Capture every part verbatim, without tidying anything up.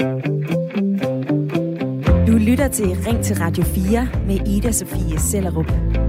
Du lytter til Ring til Radio fire med Ida Sofie Sellerup.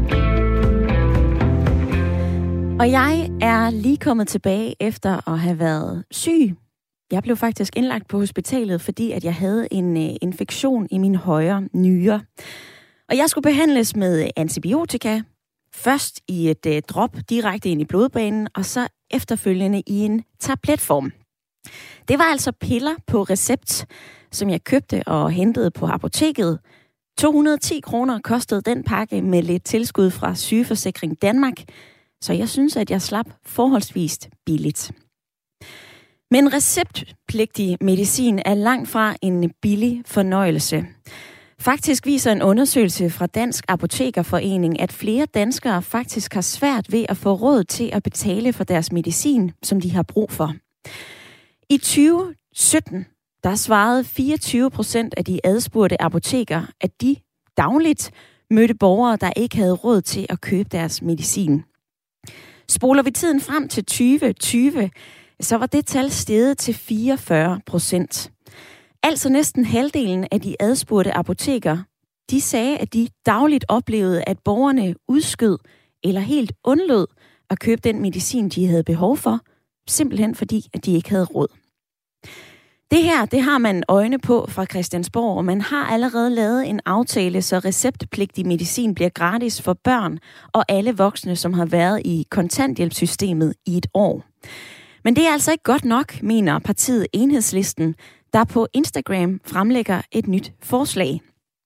Og jeg er lige kommet tilbage efter at have været syg. Jeg blev faktisk indlagt på hospitalet, fordi at jeg havde en uh, infektion i min højre nyre. Og jeg skulle behandles med antibiotika. Først i et uh, drop direkte ind i blodbanen, og så efterfølgende i en tabletform. Det var altså piller på recept, som jeg købte og hentede på apoteket. to hundrede og ti kroner kostede den pakke med lidt tilskud fra Sygeforsikring Danmark, så jeg synes, at jeg slap forholdsvist billigt. Men receptpligtig medicin er langt fra en billig fornøjelse. Faktisk viser en undersøgelse fra Dansk Apotekerforening, at flere danskere faktisk har svært ved at få råd til at betale for deres medicin, som de har brug for. I tyve sytten der svarede fireogtyve procent af de adspurgte apoteker, at de dagligt mødte borgere, der ikke havde råd til at købe deres medicin. Spoler vi tiden frem til tyve tyve, så var det tal steget til fireogfyrre procent. Altså næsten halvdelen af de adspurgte apoteker, de sagde, at de dagligt oplevede, at borgerne udskød eller helt undlod at købe den medicin, de havde behov for, simpelthen fordi, at de ikke havde råd. Det her, det har man øjne på fra Christiansborg, og man har allerede lavet en aftale, så receptpligtig medicin bliver gratis for børn og alle voksne, som har været i kontanthjælpssystemet i et år. Men det er altså ikke godt nok, mener partiet Enhedslisten, der på Instagram fremlægger et nyt forslag.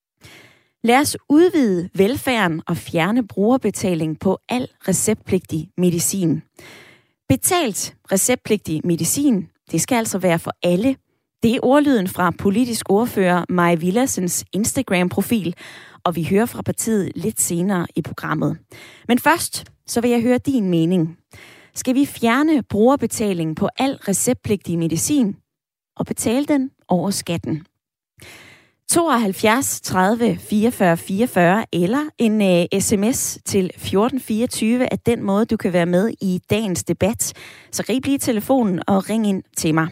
Lad os udvide velfærden og fjerne brugerbetaling på al receptpligtig medicin. Betalt receptpligtig medicin, det skal altså være for alle. Det er ordlyden fra politisk ordfører Mai Villadsens Instagram-profil, og vi hører fra partiet lidt senere i programmet. Men først, så vil jeg høre din mening. Skal vi fjerne brugerbetaling på al receptpligtig medicin og betale den over skatten? tooghalvfjerds tredive fireogfyrre fireogfyrre eller en uh, sms til fjorten fireogtyve er den måde, du kan være med i dagens debat. Så grib lige telefonen og ring ind til mig.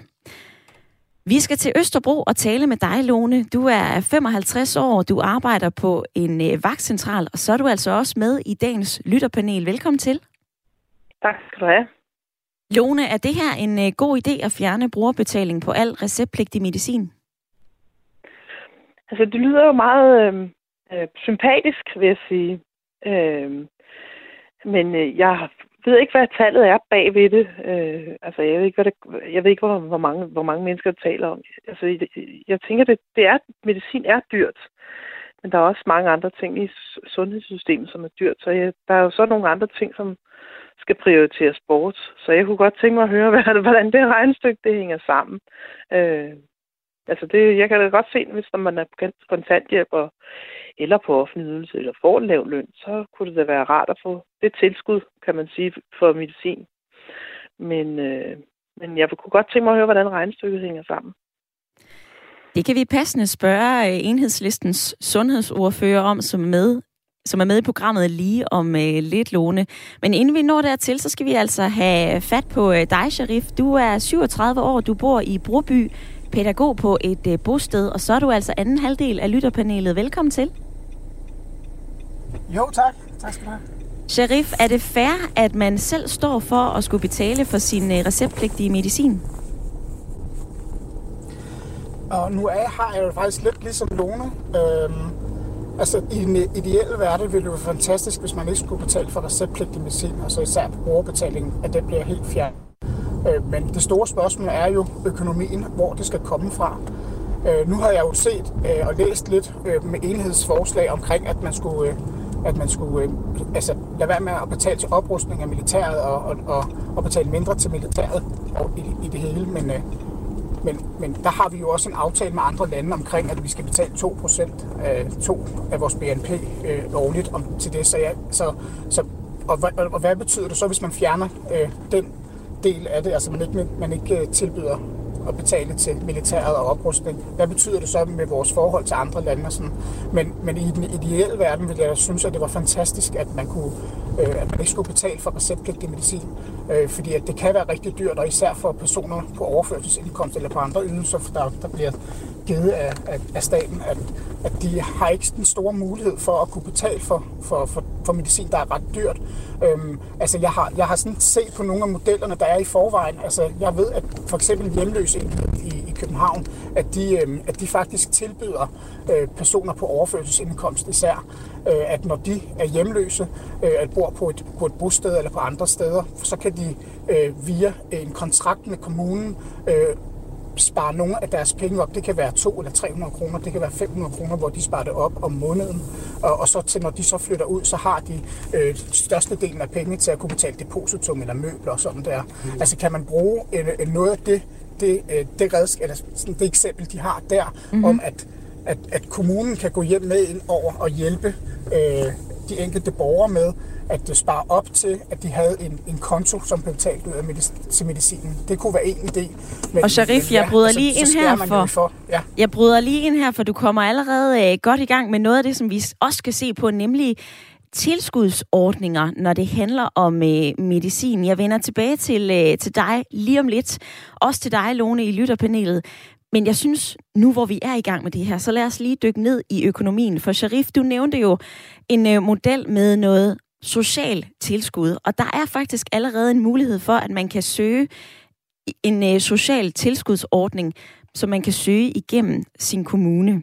Vi skal til Østerbro og tale med dig, Lone. Du er femoghalvtreds år, du arbejder på en uh, vagtcentral, og så er du altså også med i dagens lytterpanel. Velkommen til. Tak skal du have. Lone, er det her en uh, god idé at fjerne brugerbetaling på al receptpligtig medicin? Altså, det lyder jo meget øh, øh, sympatisk, vil jeg sige. Øh, men øh, jeg ved ikke, hvad tallet er bag ved det. Øh, altså, jeg ved ikke, hvad det, jeg ved ikke hvor, hvor, mange, hvor mange mennesker taler om. Altså, jeg, jeg tænker, det, det er, medicin er dyrt. Men der er også mange andre ting i sundhedssystemet, som er dyrt. Så jeg, der er jo så nogle andre ting, som skal prioriteres bort. Så jeg kunne godt tænke mig at høre, hvordan det regnestykke det hænger sammen. Øh, Altså det, jeg kan da godt se, hvis man er på kontanthjælp og, eller på offentlig ydelse, eller får en lav løn, så kunne det da være rart at få det tilskud, kan man sige, for medicin. Men, øh, men jeg kunne godt tænke mig at høre, hvordan regnestykket hænger sammen. Det kan vi passende spørge Enhedslistens sundhedsordfører om, som er med, som er med i programmet lige om øh, lidt, Lone. Men inden vi når dertil, så skal vi altså have fat på øh, dig, Sharif. Du er syvogtredive år, du bor i Broby, pædagog på et øh, bosted, og så er du altså anden halvdel af lytterpanelet. Velkommen til. Jo, tak. Tak skal du have. Sharif, er det fair, at man selv står for at skulle betale for sin øh, receptpligtige medicin? Og nu er, har jeg jo faktisk lidt ligesom Lone. Øhm, altså, i den ideelle verden ville det være fantastisk, hvis man ikke skulle betale for receptpligtig medicin, og så især på brugerbetalingen, at det bliver helt fjernet. Men det store spørgsmål er jo økonomien, hvor det skal komme fra. Nu har jeg jo set og læst lidt med enhedsforslag omkring, at man skulle, at man skulle altså, lade være med at betale til oprustning af militæret og, og, og betale mindre til militæret og i, i det hele. Men, men, men der har vi jo også en aftale med andre lande omkring, at vi skal betale to procent af, to af vores B N P øh, årligt om, til det. Så, ja, så, så, og, og, og hvad betyder det så, hvis man fjerner øh, den del af det, altså man ikke, man ikke tilbyder at betale til militæret og oprustning. Hvad betyder det så med vores forhold til andre lande og sådan? Men, men i den ideelle verden ville jeg synes, at det var fantastisk, at man kunne øh, at man ikke skulle betale for receptpligtig medicin, øh, fordi at det kan være rigtig dyrt, og især for personer på overførselsindkomst eller på andre ydelser, der, der bliver givet af, af, af staten, at, at de har ikke den store mulighed for at kunne betale for, for, for, for medicin, der er ret dyrt. Øhm, altså jeg har, jeg har sådan set på nogle af modellerne, der er i forvejen. Altså jeg ved, at for eksempel hjemløse i, i København, at de, øhm, at de faktisk tilbyder øh, personer på overførselsindkomst især, øh, at når de er hjemløse, øh, at bor på et, på et bosted eller på andre steder, så kan de øh, via en kontrakt med kommunen øh, spare nogle af deres penge op. Det kan være to eller tre hundrede kroner, det kan være fem hundrede kroner, hvor de sparer det op om måneden. Og, og så til, når de så flytter ud, så har de øh, størstedelen af penge til at kunne betale depositum eller møbler og sådan der. Mm. Altså kan man bruge øh, noget af det, det, øh, det, redsk, eller sådan, det eksempel, de har der, mm-hmm. om at, at, at kommunen kan gå hjem med ind over og hjælpe øh, de enkelte borgere med at spare op til, at de havde en, en konto, som blev betalt ud af medic- til medicinen. Det kunne være en idé. Men, og Sharif, jeg bryder lige ind her for, for ja. jeg bryder lige ind her, for du kommer allerede øh, godt i gang med noget af det, som vi også skal se på, nemlig tilskudsordninger, når det handler om øh, medicin. Jeg vender tilbage til, øh, til dig lige om lidt. Også til dig, Lone, i lytterpanelet. Men jeg synes, nu hvor vi er i gang med det her, så lad os lige dykke ned i økonomien. For Sharif, du nævnte jo en øh, model med noget social tilskud, og der er faktisk allerede en mulighed for, at man kan søge en øh, social tilskudsordning, som man kan søge igennem sin kommune.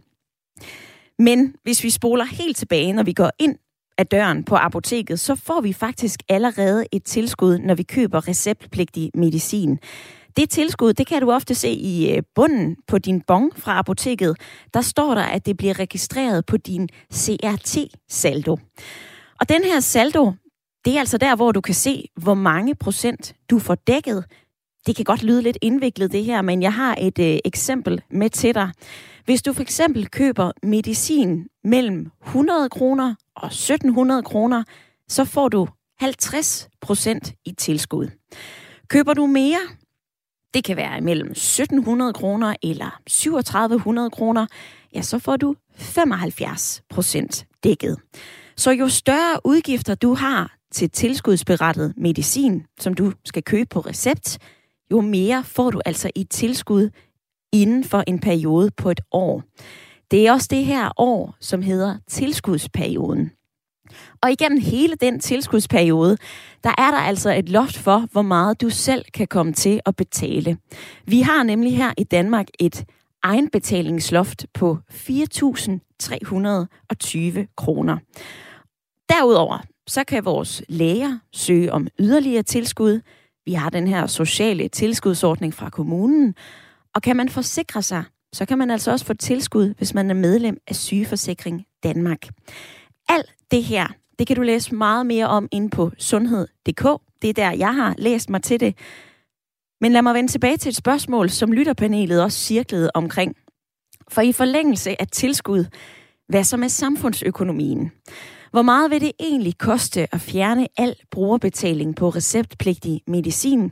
Men hvis vi spoler helt tilbage, når vi går ind af døren på apoteket, så får vi faktisk allerede et tilskud, når vi køber receptpligtig medicin. Det tilskud, det kan du ofte se i bunden på din bon fra apoteket. Der står der, at det bliver registreret på din C R T-saldo. Og den her saldo, det er altså der, hvor du kan se, hvor mange procent du får dækket. Det kan godt lyde lidt indviklet det her, men jeg har et øh, eksempel med til dig. Hvis du for eksempel køber medicin mellem hundrede kroner og sytten hundrede kroner, så får du halvtreds procent i tilskud. Køber du mere, det kan være mellem sytten hundrede kroner eller syvogtredive hundrede kroner, ja, så får du femoghalvfjerds procent dækket. Så jo større udgifter du har til tilskudsberettet medicin, som du skal købe på recept, jo mere får du altså i tilskud inden for en periode på et år. Det er også det her år, som hedder tilskudsperioden. Og igennem hele den tilskudsperiode, der er der altså et loft for, hvor meget du selv kan komme til at betale. Vi har nemlig her i Danmark et egenbetalingsloft på fire tusind tre hundrede og tyve kroner. Derudover så kan vores læger søge om yderligere tilskud. Vi har den her sociale tilskudsordning fra kommunen. Og kan man forsikre sig, så kan man altså også få tilskud, hvis man er medlem af Sygeforsikring Danmark. Alt det her, det kan du læse meget mere om inde på sundhed punktum d k. Det er der, jeg har læst mig til det. Men lad mig vende tilbage til et spørgsmål, som lytterpanelet også cirklede omkring. For i forlængelse af tilskud, hvad så med samfundsøkonomien? Hvor meget vil det egentlig koste at fjerne al brugerbetaling på receptpligtig medicin?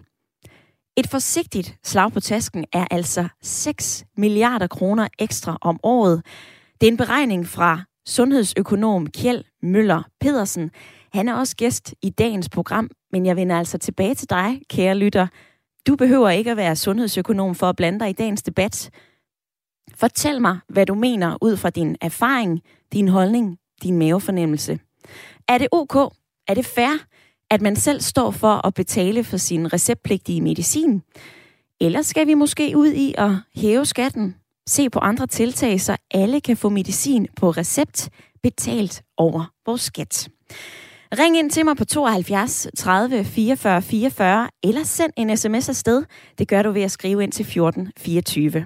Et forsigtigt slag på tasken er altså seks milliarder kroner ekstra om året. Det er en beregning fra sundhedsøkonom Kjeld Møller Pedersen. Han er også gæst i dagens program, men jeg vender altså tilbage til dig, kære lytter. Du behøver ikke at være sundhedsøkonom for at blande dig i dagens debat. Fortæl mig, hvad du mener ud fra din erfaring, din holdning, din mavefornemmelse. Er det ok? Er det fair, at man selv står for at betale for sin receptpligtige medicin? Eller skal vi måske ud i at hæve skatten? Se på andre tiltag, så alle kan få medicin på recept betalt over vores skat. Ring ind til mig på tooghalvfjerds tredive fireogfyrre fireogfyrre, eller send en sms afsted. Det gør du ved at skrive ind til fjorten fireogtyve.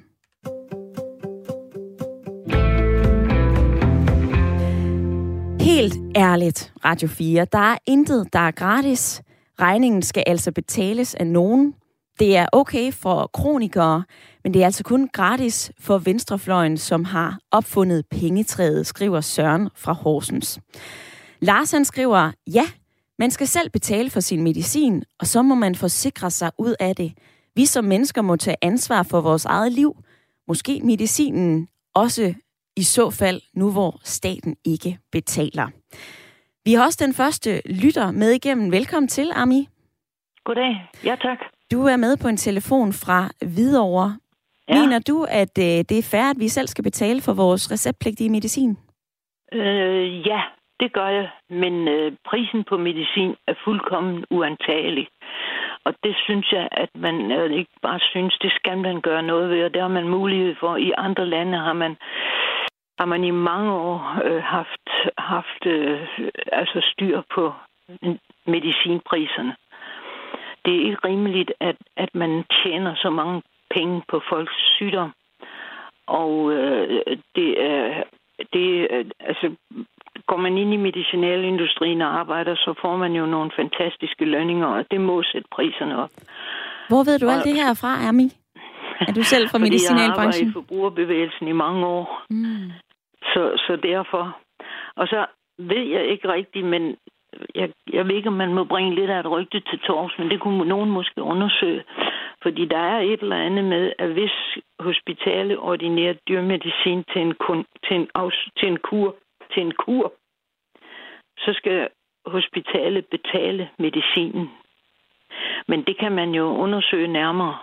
Helt ærligt, Radio fire. Der er intet, der er gratis. Regningen skal altså betales af nogen. Det er okay for kronikere, men det er altså kun gratis for venstrefløjen, som har opfundet pengetræet, skriver Søren fra Horsens. Lars han skriver, ja, man skal selv betale for sin medicin, og så må man forsikre sig ud af det. Vi som mennesker må tage ansvar for vores eget liv. Måske medicinen også i så fald, nu hvor staten ikke betaler. Vi har også den første lytter med igennem. Velkommen til, Ami. Goddag. Ja, tak. Du er med på en telefon fra Hvidovre. Ja. Mener du, at øh, det er fair, at vi selv skal betale for vores receptpligtige medicin? Øh, ja, det gør jeg. Men øh, prisen på medicin er fuldkommen uantagelig. Og det synes jeg, at man øh, ikke bare synes, det skal man gøre noget ved. Og det har man mulighed for. I andre lande har man, har man i mange år øh, haft, haft øh, altså styr på medicinpriserne. Det er ikke rimeligt, at, at man tjener så mange penge på folks sygdom. Og øh, det er... Det, altså, går man ind i medicinalindustrien og arbejder, så får man jo nogle fantastiske lønninger, og det må sætte priserne op. Hvor ved du og, alt det her fra, Ami? Er du selv fra medicinalbranchen? Fordi jeg har arbejdet i forbrugerbevægelsen i mange år. Mm. Så, så derfor. Og så ved jeg ikke rigtigt, men jeg, jeg ved ikke, om man må bringe lidt af et rygte til torvs, men det kunne nogen måske undersøge. Fordi der er et eller andet med, at hvis hospitalet ordinerer dyrmedicin til en, kun, til, en afs, til, en kur, til en kur, så skal hospitalet betale medicinen. Men det kan man jo undersøge nærmere,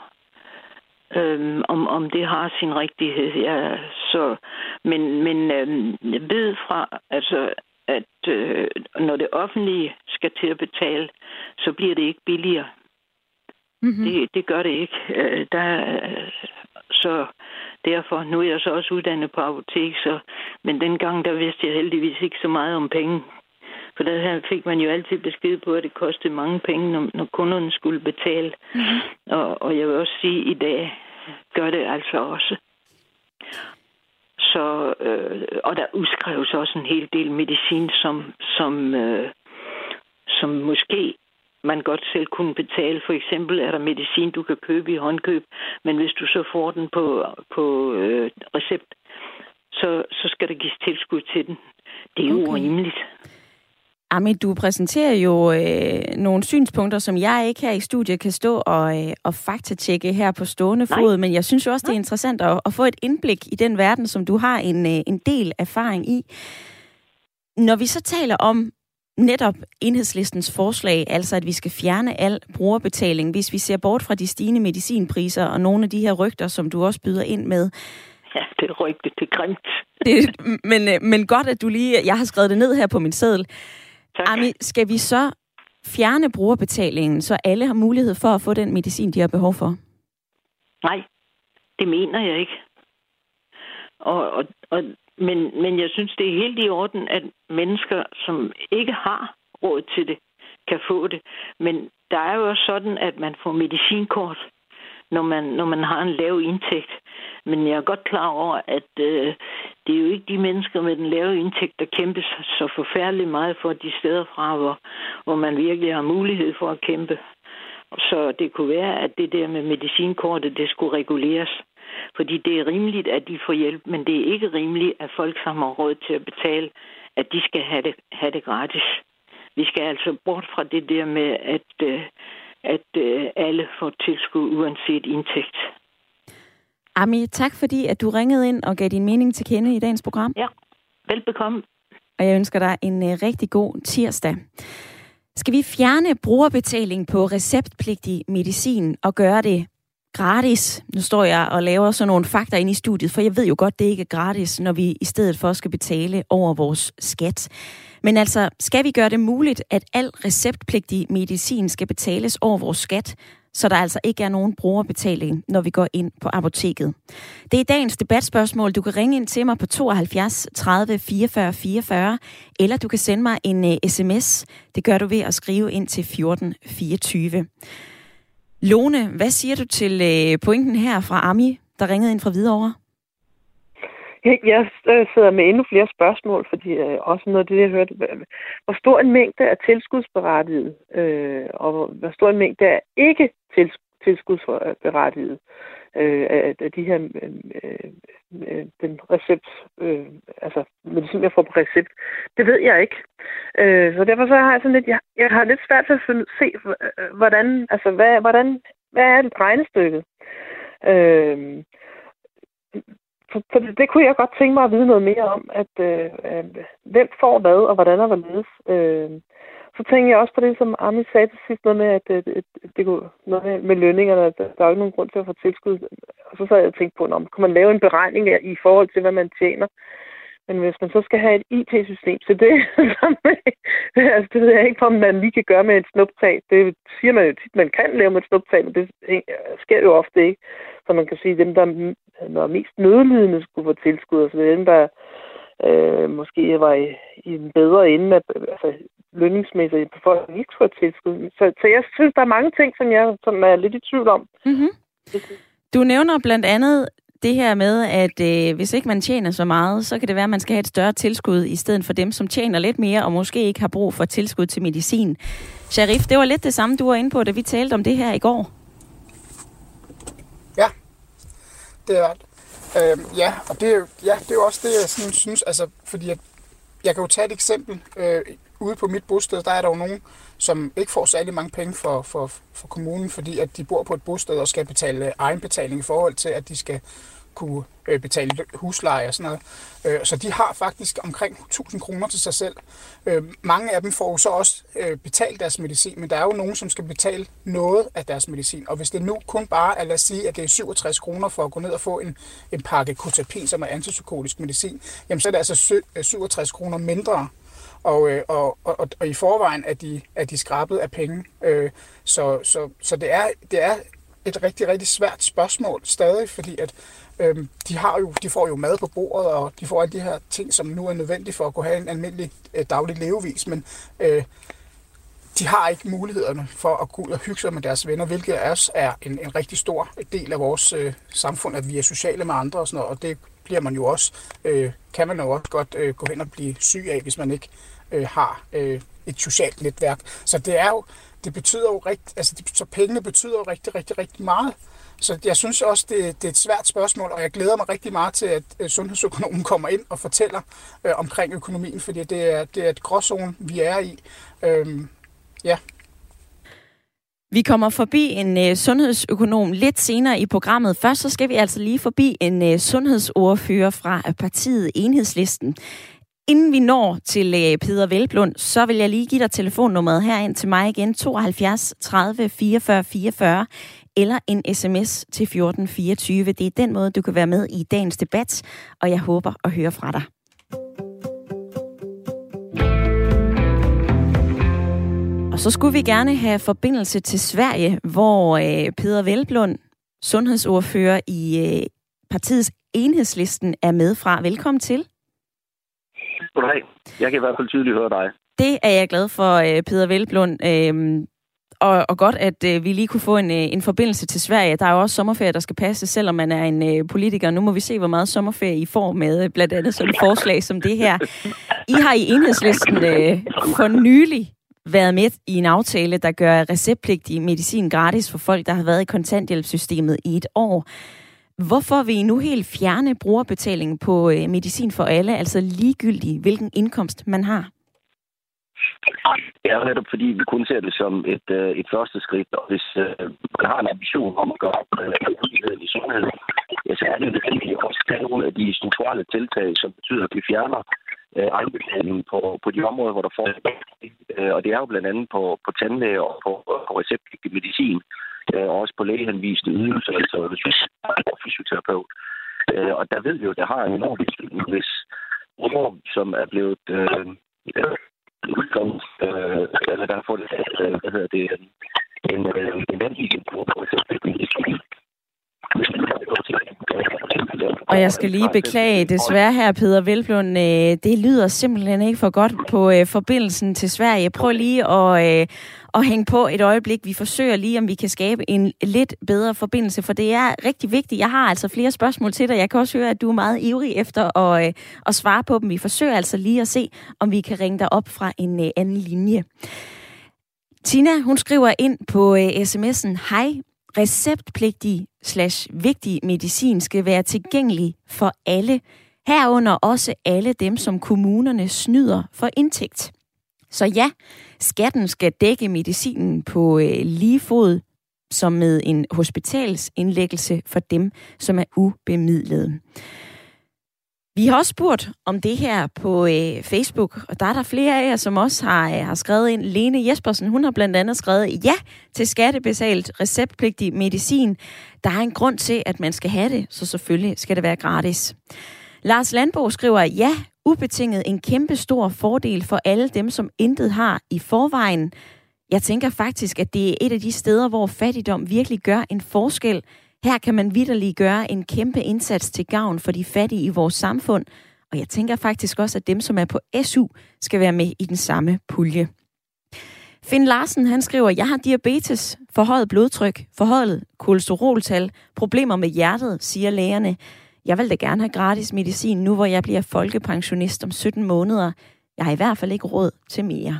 øhm, om, om det har sin rigtighed. Ja, så, men men øhm, jeg ved fra, altså, at øh, når det offentlige skal til at betale, så bliver det ikke billigere. Mm-hmm. Det, det gør det ikke. Øh, der, så derfor, nu er jeg så også uddannet på apotek, så, men dengang der vidste jeg heldigvis ikke så meget om penge. For der her fik man jo altid besked på, at det kostede mange penge, når, når kunderne skulle betale. Mm-hmm. Og, og jeg vil også sige, at i dag gør det altså også. Så, øh, og der udskrives også en hel del medicin, som, som, øh, som måske man godt selv kunne betale. For eksempel er der medicin, du kan købe i håndkøb, men hvis du så får den på, på øh, recept, så, så skal der gives tilskud til den. Det er jo okay. Urimeligt. Ami, du præsenterer jo øh, nogle synspunkter, som jeg ikke her i studiet kan stå og, øh, og faktatjekke her på stående Nej. fod, men jeg synes jo også, det er interessant at, at få et indblik i den verden, som du har en, øh, en del erfaring i. Når vi så taler om netop Enhedslistens forslag, altså at vi skal fjerne al brugerbetaling, hvis vi ser bort fra de stigende medicinpriser og nogle af de her rygter, som du også byder ind med. Ja, det er rygte, det er grimt. Det, men, men godt, at du lige... Jeg har skrevet det ned her på min seddel. Tak. Ami, skal vi så fjerne brugerbetalingen, så alle har mulighed for at få den medicin, de har behov for? Nej, det mener jeg ikke. Og, og, og, men, men jeg synes, det er helt i orden, at mennesker, som ikke har råd til det, kan få det. Men der er jo også sådan, at man får medicinkort, når man, når man har en lav indtægt. Men jeg er godt klar over, at øh, det er jo ikke de mennesker med den lave indtægt, der kæmpes så forfærdeligt meget for de steder fra, hvor, hvor man virkelig har mulighed for at kæmpe. Så det kunne være, at det der med medicinkortet, det skulle reguleres. Fordi det er rimeligt, at de får hjælp, men det er ikke rimeligt, at folk, som har råd til at betale, at de skal have det, have det gratis. Vi skal altså bort fra det der med, at, øh, at øh, alle får tilskud uanset indtægt. Ami, tak fordi, at du ringede ind og gav din mening til kende i dagens program. Ja, velbekomme. Og jeg ønsker dig en uh, rigtig god tirsdag. Skal vi fjerne brugerbetaling på receptpligtig medicin og gøre det gratis? Nu står jeg og laver sådan nogle fakta ind i studiet, for jeg ved jo godt, det ikke er gratis, når vi i stedet for skal betale over vores skat. Men altså, skal vi gøre det muligt, at al receptpligtig medicin skal betales over vores skat, så der altså ikke er nogen brugerbetaling, når vi går ind på apoteket? Det er dagens debatspørgsmål. Du kan ringe ind til mig på tooghalvfjerds tredive fireogfyrre fireogfyrre, eller du kan sende mig en uh, sms. Det gør du ved at skrive ind til fjorten fireogtyve. Lone, hvad siger du til uh, pointen her fra Ami, der ringede ind fra Hvidovre? Jeg sidder med endnu flere spørgsmål, fordi øh, også noget af det, jeg hørte. Hvor stor en mængde er tilskudsberettiget, øh, og hvor stor en mængde er ikke tils- tilskudsberettiget øh, af, af de her øh, øh, den recept, øh, altså medicin, jeg får på recept. Det ved jeg ikke. Øh, så derfor så har jeg sådan lidt, jeg, jeg har lidt svært til at se, hvordan, altså hvad, hvordan hvad er det regnestykket? Øh, for, for det, det kunne jeg godt tænke mig at vide noget mere om, at øh, øh, hvem får hvad, og hvordan og hvorledes. Øh, så tænker jeg også på det, som Ami sagde til sidst, noget med, at det, det, det kunne, noget med, med lønningerne, at der er jo ikke nogen grund til at få tilskud. Og så sad jeg og tænkte på, om kunne man lave en beregning i forhold til, hvad man tjener. Men hvis man så skal have et I T-system til det, altså det ved jeg ikke, om man lige kan gøre med et snuptag. Det siger man jo tit, man kan lave med et snuptag, men det sker jo ofte ikke. Så man kan sige, at dem, der er mest nødlidende, skulle få tilskud, og så det er dem, der øh, måske var i, i en bedre ende, at, altså lønningsmæssigt befolkningen ikke skulle have tilskud. Så, så jeg synes, der er mange ting, som jeg som er lidt i tvivl om. Mm-hmm. Du nævner blandt andet det her med, at øh, hvis ikke man tjener så meget, så kan det være, at man skal have et større tilskud, i stedet for dem, som tjener lidt mere, og måske ikke har brug for tilskud til medicin. Sharif, det var lidt det samme, du var inde på, da vi talte om det her i går. Ja, det er det. Øhm, ja, og det er, jo, ja, det er jo også det, jeg sådan synes, altså, fordi at, jeg kan jo tage et eksempel. Øh, ude på mit bosted, der er der jo nogen, som ikke får særlig mange penge for, for, for kommunen, fordi at de bor på et bosted og skal betale egenbetaling i forhold til, at de skal kunne øh, betale husleje og sådan noget. Øh, så de har faktisk omkring tusind kroner til sig selv. Øh, mange af dem får jo så også øh, betalt deres medicin, men der er jo nogen, som skal betale noget af deres medicin. Og hvis det nu kun bare er, lad os sige, at det er syvogtres kroner for at gå ned og få en, en pakke Kotapin, som er antipsykotisk medicin, jamen så er det altså syvogtres kroner mindre. Og, og, og, og i forvejen er de, er de skrabet af penge. Øh, så så, så det, er, det er et rigtig, rigtig svært spørgsmål stadig, fordi at øh, de, har jo, de får jo mad på bordet, og de får alle de her ting, som nu er nødvendige for at kunne have en almindelig øh, daglig levevis, men øh, de har ikke mulighederne for at gå ud og hygge sig med deres venner, hvilket også er en, en rigtig stor del af vores øh, samfund, at vi er sociale med andre og sådan noget, og det bliver man jo også, øh, kan man jo også godt øh, gå hen og blive syg af, hvis man ikke øh, har øh, et socialt netværk. Så det er jo, det betyder jo rigtig, altså det, så pengene betyder jo rigtig, rigtig, rigtig meget. Så jeg synes også, det, det er et svært spørgsmål, og jeg glæder mig rigtig meget til, at øh, sundhedsøkonomen kommer ind og fortæller øh, omkring økonomien, fordi det er, det er et gråzone, vi er i. Øhm, ja. Vi kommer forbi en øh, sundhedsøkonom lidt senere i programmet. Først så skal vi altså lige forbi en øh, sundhedsordfører fra partiet Enhedslisten. Inden vi når til øh, Peder Hvelplund, så vil jeg lige give dig telefonnummeret herind til mig igen, tooghalvfjerds tredive fireogfyrre fireogfyrre, eller en sms til fjorten fireogtyve. Det er den måde, du kan være med i dagens debat, og jeg håber at høre fra dig. Og så skulle vi gerne have forbindelse til Sverige, hvor øh, Peder Hvelplund, sundhedsordfører i øh, partiets Enhedslisten, er med fra. Velkommen til. Goddag. Jeg kan i hvert fald tydeligt høre dig. Det er jeg glad for, øh, Peder Hvelplund. Øh, og, og godt, at øh, vi lige kunne få en, øh, en forbindelse til Sverige. Der er jo også sommerferie, der skal passe, selvom man er en øh, politiker. Nu må vi se, hvor meget sommerferie I får med, blandt andet sådan et forslag som det her. I har i Enhedslisten øh, for nylig været med i en aftale, der gør receptpligtig medicin gratis for folk, der har været i kontanthjælpssystemet i et år. Hvorfor vil I nu helt fjerne brugerbetalingen på øh, medicin for alle, altså ligegyldigt, hvilken indkomst man har? Det er netop fordi, vi kun ser det som et, øh, et første skridt, og hvis øh, man har en ambition om at gøre uligheden øh, i sundhed, ja, så er det nødvendigt at også tage nogle af de strukturelle tiltag, som betyder, at vi fjerner øh, egenbetalingen på, på de områder, hvor der får øh, og det er jo blandt andet på, på tandlæge og på, på receptpligtig medicin, øh, og også på lægehenviste ydelser, altså fysioterapeut. Øh, og der ved vi jo, at der har en enorm betydning, hvis ord, som er blevet øh, udkommet, øh, eller der har fået øh, hvad hedder det, en, øh, en vanvittig på receptpligtig medicin. Og jeg skal lige beklage desværre her, Peder Hvelplund. Det lyder simpelthen ikke for godt på forbindelsen til Sverige. Prøv lige at, at hænge på et øjeblik. Vi forsøger lige, om vi kan skabe en lidt bedre forbindelse, for det er rigtig vigtigt. Jeg har altså flere spørgsmål til dig. Jeg kan også høre, at du er meget ivrig efter at, at svare på dem. Vi forsøger altså lige at se, om vi kan ringe dig op fra en anden linje. Tina, hun skriver ind på sms'en: Hej, receptpligtig slash vigtig medicin skal være tilgængelig for alle, herunder også alle dem, som kommunerne snyder for indtægt. Så ja, skatten skal dække medicinen på øh, lige fod som med en hospitalsindlæggelse for dem, som er ubemidlede. Vi har også spurgt om det her på øh, Facebook, og der er der flere af jer, som også har, øh, har skrevet ind. Lene Jespersen, hun har blandt andet skrevet ja til skattebetalt receptpligtig medicin. Der er en grund til, at man skal have det, så selvfølgelig skal det være gratis. Lars Landbo skriver, ja, ubetinget en kæmpe stor fordel for alle dem, som intet har i forvejen. Jeg tænker faktisk, at det er et af de steder, hvor fattigdom virkelig gør en forskel. Her kan man vitterligt gøre en kæmpe indsats til gavn for de fattige i vores samfund. Og jeg tænker faktisk også, at dem, som er på S U, skal være med i den samme pulje. Finn Larsen, han skriver, jeg har diabetes, forhøjet blodtryk, forhøjet kolesteroltal, problemer med hjertet, siger lægerne. Jeg vil da gerne have gratis medicin, nu hvor jeg bliver folkepensionist om sytten måneder. Jeg har i hvert fald ikke råd til mere.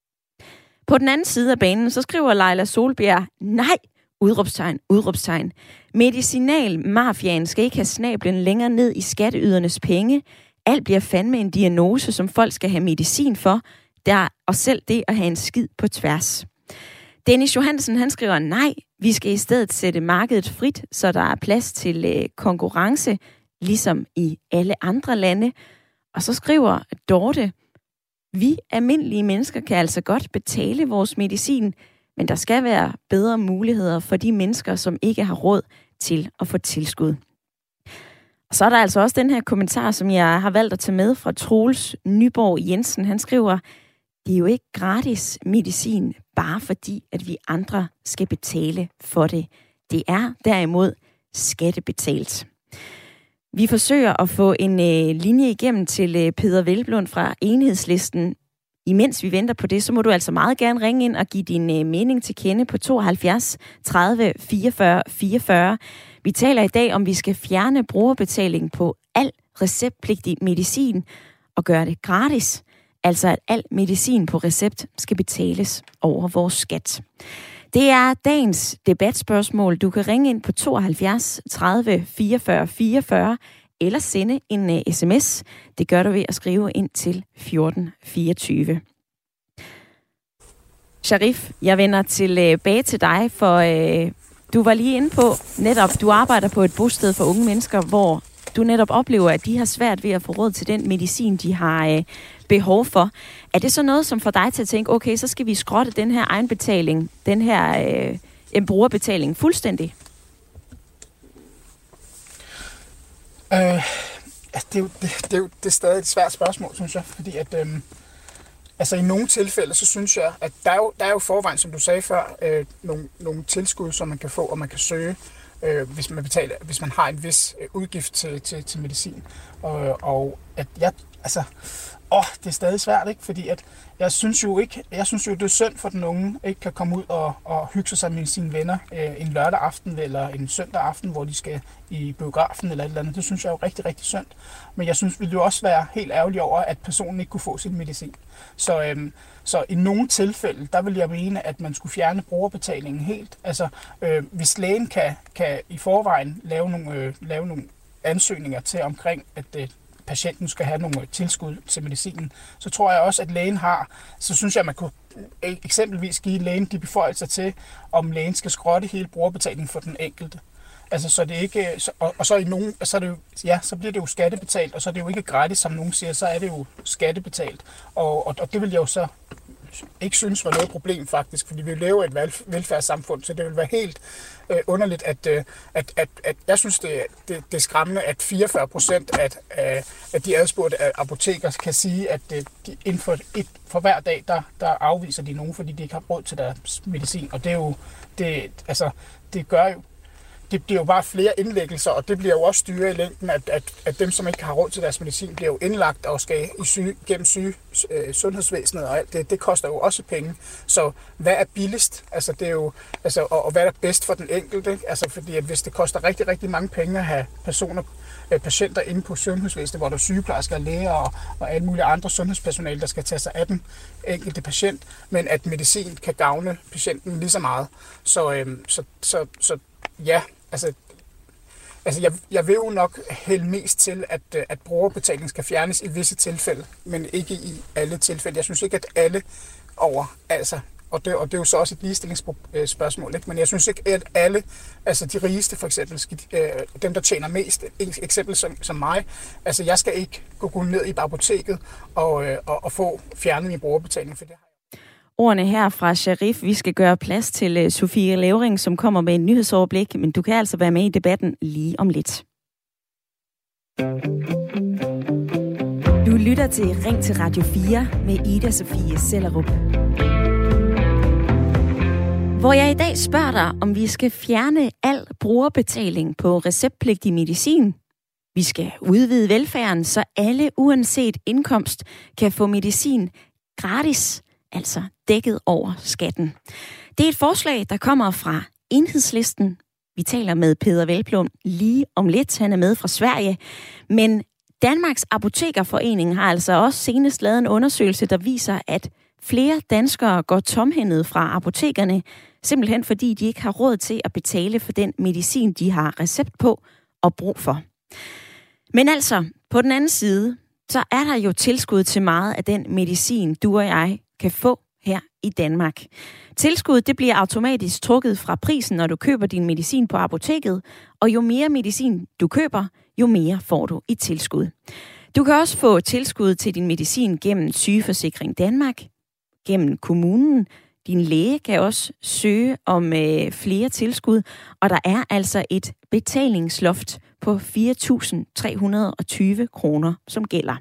På den anden side af banen, så skriver Leila Solbjerg, nej, udråbstegn, udråbstegn. Medicinalmafiaen skal ikke have snablen længere ned i skatteydernes penge. Alt bliver fandme en diagnose, som folk skal have medicin for, der og selv det at have en skid på tværs. Dennis Johansen, han skriver, nej, vi skal i stedet sætte markedet frit, så der er plads til øh, konkurrence, ligesom i alle andre lande. Og så skriver Dorte, vi almindelige mennesker kan altså godt betale vores medicin, men der skal være bedre muligheder for de mennesker, som ikke har råd til at få tilskud. Og så er der altså også den her kommentar, som jeg har valgt at tage med fra Troels Nyborg Jensen. Han skriver, det er jo ikke gratis medicin, bare fordi, at vi andre skal betale for det. Det er derimod skattebetalt. Vi forsøger at få en øh, linje igennem til øh, Peder Hvelplund fra Enhedslisten. Imens vi venter på det, så må du altså meget gerne ringe ind og give din øh, mening til kende på tooghalvfjerds tredive fireogfyrre fireogfyrre. Vi taler i dag, om vi skal fjerne brugerbetaling på al receptpligtig medicin og gøre det gratis. Altså at al medicin på recept skal betales over vores skat. Det er dagens debatspørgsmål. Du kan ringe ind på tooghalvfjerds tredive fireogfyrre fireogfyrre eller sende en uh, sms. Det gør du ved at skrive ind til fjorten fireogtyve. Sharif, jeg vender tilbage til dig, for uh, du var lige inde på netop, du arbejder på et bosted for unge mennesker, hvor du netop oplever, at de har svært ved at få råd til den medicin, de har uh, behov for. Er det så noget, som får dig til at tænke, okay, så skal vi skrotte den her egenbetaling, den her uh, brugerbetaling fuldstændig? Øh, altså det, er jo, det, det er jo det er stadig et svært spørgsmål, synes jeg, fordi at øhm, altså i nogle tilfælde, så synes jeg, at der er jo, der er jo forvejen, som du sagde før, øh, nogle, nogle tilskud, som man kan få, og man kan søge, øh, hvis man betaler, hvis man har en vis øh, udgift til, til, til medicin. Og, og at jeg, altså, åh, det er stadig svært, ikke? Fordi at jeg synes jo ikke, jeg synes jo, det er synd for den unge, ikke kan komme ud og, og hygge sig med sine venner øh, en lørdag aften eller en søndag aften, hvor de skal i biografen eller et eller andet. Det synes jeg er jo rigtig, rigtig synd. Men jeg synes, ville jo også være helt ærgerlig over, at personen ikke kunne få sin medicin. Så, øhm, så i nogle tilfælde, der vil jeg mene, at man skulle fjerne brugerbetalingen helt. Altså, øh, hvis lægen kan, kan i forvejen lave nogle, øh, lave nogle ansøgninger til omkring, at øh, patienten skal have nogle tilskud til medicinen, så tror jeg også, at lægen har, så synes jeg, at man kunne eksempelvis give lægen de beføjelser til, om lægen skal skrotte hele brugerbetalingen for den enkelte. Altså, så det ikke, og, og så i nogen, så er det jo, ja, så bliver det jo skattebetalt, og så er det jo ikke gratis, som nogen siger, så er det jo skattebetalt. Og, og, og det vil jeg jo så ikke synes var noget problem faktisk, fordi vi lever i et velfærdssamfund, så det vil være helt øh, underligt, at, øh, at, at, at jeg synes, det, det, det er skræmmende, at fireogfyrre procent af, af, af de adspurgte apoteker kan sige, at de inden for, et, for hver dag, der, der afviser de nogen, fordi de ikke har råd til deres medicin, og det er jo, det, altså, det gør jo, det bliver jo bare flere indlæggelser, og det bliver jo også dyre i længden, at, at, at dem, som ikke har råd til deres medicin, bliver jo indlagt og skal i syge, gennem syge, øh, sundhedsvæsenet og alt det. Det koster jo også penge. Så hvad er billigst? Altså, det er jo, altså, og, og hvad er bedst for den enkelte? Altså, fordi at hvis det koster rigtig, rigtig mange penge at have personer, øh, patienter inde på sundhedsvæsenet, hvor der er sygeplejersker, læger og, og alle mulige andre sundhedspersonale, der skal tage sig af den enkelte patient, men at medicin kan gavne patienten lige så meget. Så, øh, så, så, så ja, altså, altså jeg, jeg vil jo nok hælde mest til, at, at brugerbetaling skal fjernes i visse tilfælde, men ikke i alle tilfælde. Jeg synes ikke, at alle over, altså og det, og det er jo så også et ligestillingsspørgsmål, ikke? Men jeg synes ikke, at alle, altså de rigeste for eksempel, skal, øh, dem der tjener mest, eksempel som, som mig, altså jeg skal ikke gå, gå ned i apoteket og, øh, og, og få fjernet min brugerbetaling for det her. Ordene her fra Sharif. Vi skal gøre plads til uh, Sofie Levering, som kommer med en nyhedsoverblik, men du kan altså være med i debatten lige om lidt. Du lytter til Ring til Radio fire med Ida Sofie Sellerup. Hvor jeg i dag spørger dig, om vi skal fjerne al brugerbetaling på receptpligtig medicin. Vi skal udvide velfærden, så alle uanset indkomst kan få medicin gratis, altså dækket over skatten. Det er et forslag, der kommer fra Enhedslisten. Vi taler med Peder Hvelplund lige om lidt. Han er med fra Sverige. Men Danmarks Apotekerforening har altså også senest lavet en undersøgelse, der viser, at flere danskere går tomhændede fra apotekerne, simpelthen fordi de ikke har råd til at betale for den medicin, de har recept på og brug for. Men altså, på den anden side, så er der jo tilskud til meget af den medicin, du og jeg kan få her i Danmark. Tilskuddet det bliver automatisk trukket fra prisen, når du køber din medicin på apoteket, og jo mere medicin du køber, jo mere får du i tilskud. Du kan også få tilskud til din medicin gennem Sygeforsikring Danmark, gennem kommunen. Din læge kan også søge om øh, flere tilskud, og der er altså et betalingsloft på fire tusind tre hundrede og tyve kroner, som gælder.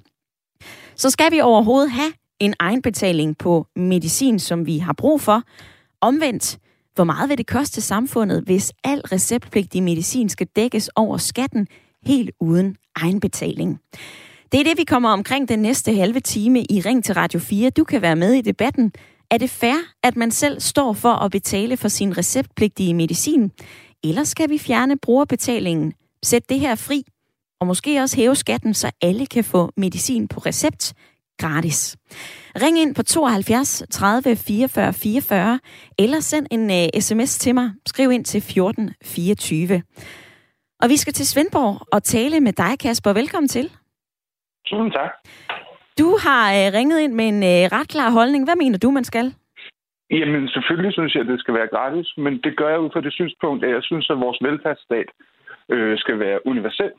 Så skal vi overhovedet have en egenbetaling på medicin, som vi har brug for. Omvendt, hvor meget vil det koste samfundet, hvis al receptpligtig medicin skal dækkes over skatten helt uden egenbetaling? Det er det, vi kommer omkring den næste halve time i Ring til Radio fire. Du kan være med i debatten. Er det fair, at man selv står for at betale for sin receptpligtige medicin? Eller skal vi fjerne brugerbetalingen, sætte det her fri, og måske også hæve skatten, så alle kan få medicin på recept gratis? Ring ind på tooghalvfjerds tredive fireogfyrre fireogfyrre, eller send en uh, sms til mig. Skriv ind til fjorten fireogtyve. Og vi skal til Svendborg og tale med dig, Kasper. Velkommen til. Tusind tak. Du har uh, ringet ind med en uh, ret klar holdning. Hvad mener du, man skal? Jamen, selvfølgelig synes jeg, at det skal være gratis, men det gør jeg ud fra det synspunkt, at jeg synes, at vores velfærdsstat øh, skal være universel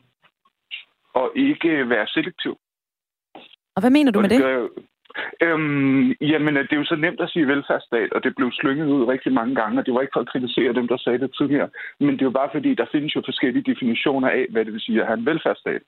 og ikke være selektiv. Og hvad mener du og med det? det? Jeg, øhm, jamen, det er jo så nemt at sige velfærdsstat, og det blev slynget ud rigtig mange gange, og det var ikke for at kritisere dem, der sagde det tidligere, men det er jo bare fordi, der findes jo forskellige definitioner af, hvad det vil sige at have en velfærdsstat.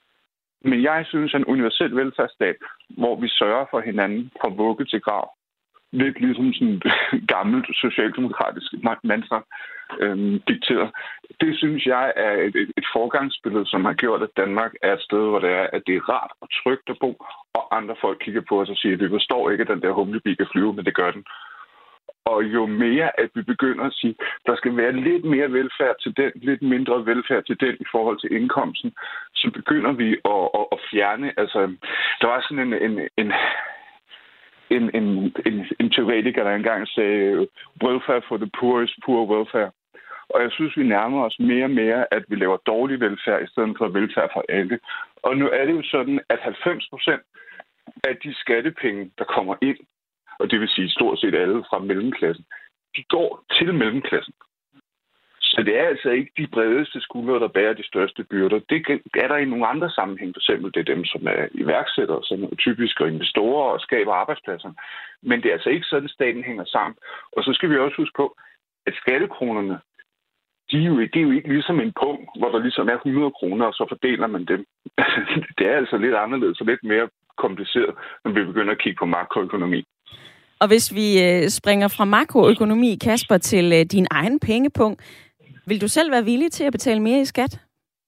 Men jeg synes, at en universel velfærdsstat, hvor vi sørger for hinanden fra vugge til grav, lidt ligesom sådan et gammelt socialdemokratisk mantra øhm, dikteret. Det synes jeg er et, et, et forgangsbillede, som har gjort, at Danmark er et sted, hvor det er, at det er rart og trygt at bo, og andre folk kigger på os og siger, at vi forstår ikke, at den der humlebi kan flyve, men det gør den. Og jo mere, at vi begynder at sige, at der skal være lidt mere velfærd til den, lidt mindre velfærd til den i forhold til indkomsten, så begynder vi at, at, at fjerne. Altså, der var sådan en... en, en En, en, en, en teoretiker, der engang sagde, welfare for the poor is poor welfare. Og jeg synes, vi nærmer os mere og mere, at vi laver dårlig velfærd, i stedet for velfærd for alle. Og nu er det jo sådan, at halvfems procent af de skattepenge, der kommer ind, og det vil sige stort set alle fra mellemklassen, de går til mellemklassen. Så det er altså ikke de bredeste skuldre, der bærer de største byrder. Det er der i nogle andre sammenhæng. For eksempel det er dem, som er iværksættere, som er typiske og investorer og skaber arbejdspladser. Men det er altså ikke sådan, staten hænger sammen. Og så skal vi også huske på, at skattekronerne, de er jo, det er jo ikke ligesom en punkt, hvor der ligesom er hundrede kroner, og så fordeler man dem. Det er altså lidt anderledes og lidt mere kompliceret, når vi begynder at kigge på makroøkonomi. Og hvis vi øh, springer fra makroøkonomi, Kasper, til øh, din egen pengepunkt, vil du selv være villig til at betale mere i skat?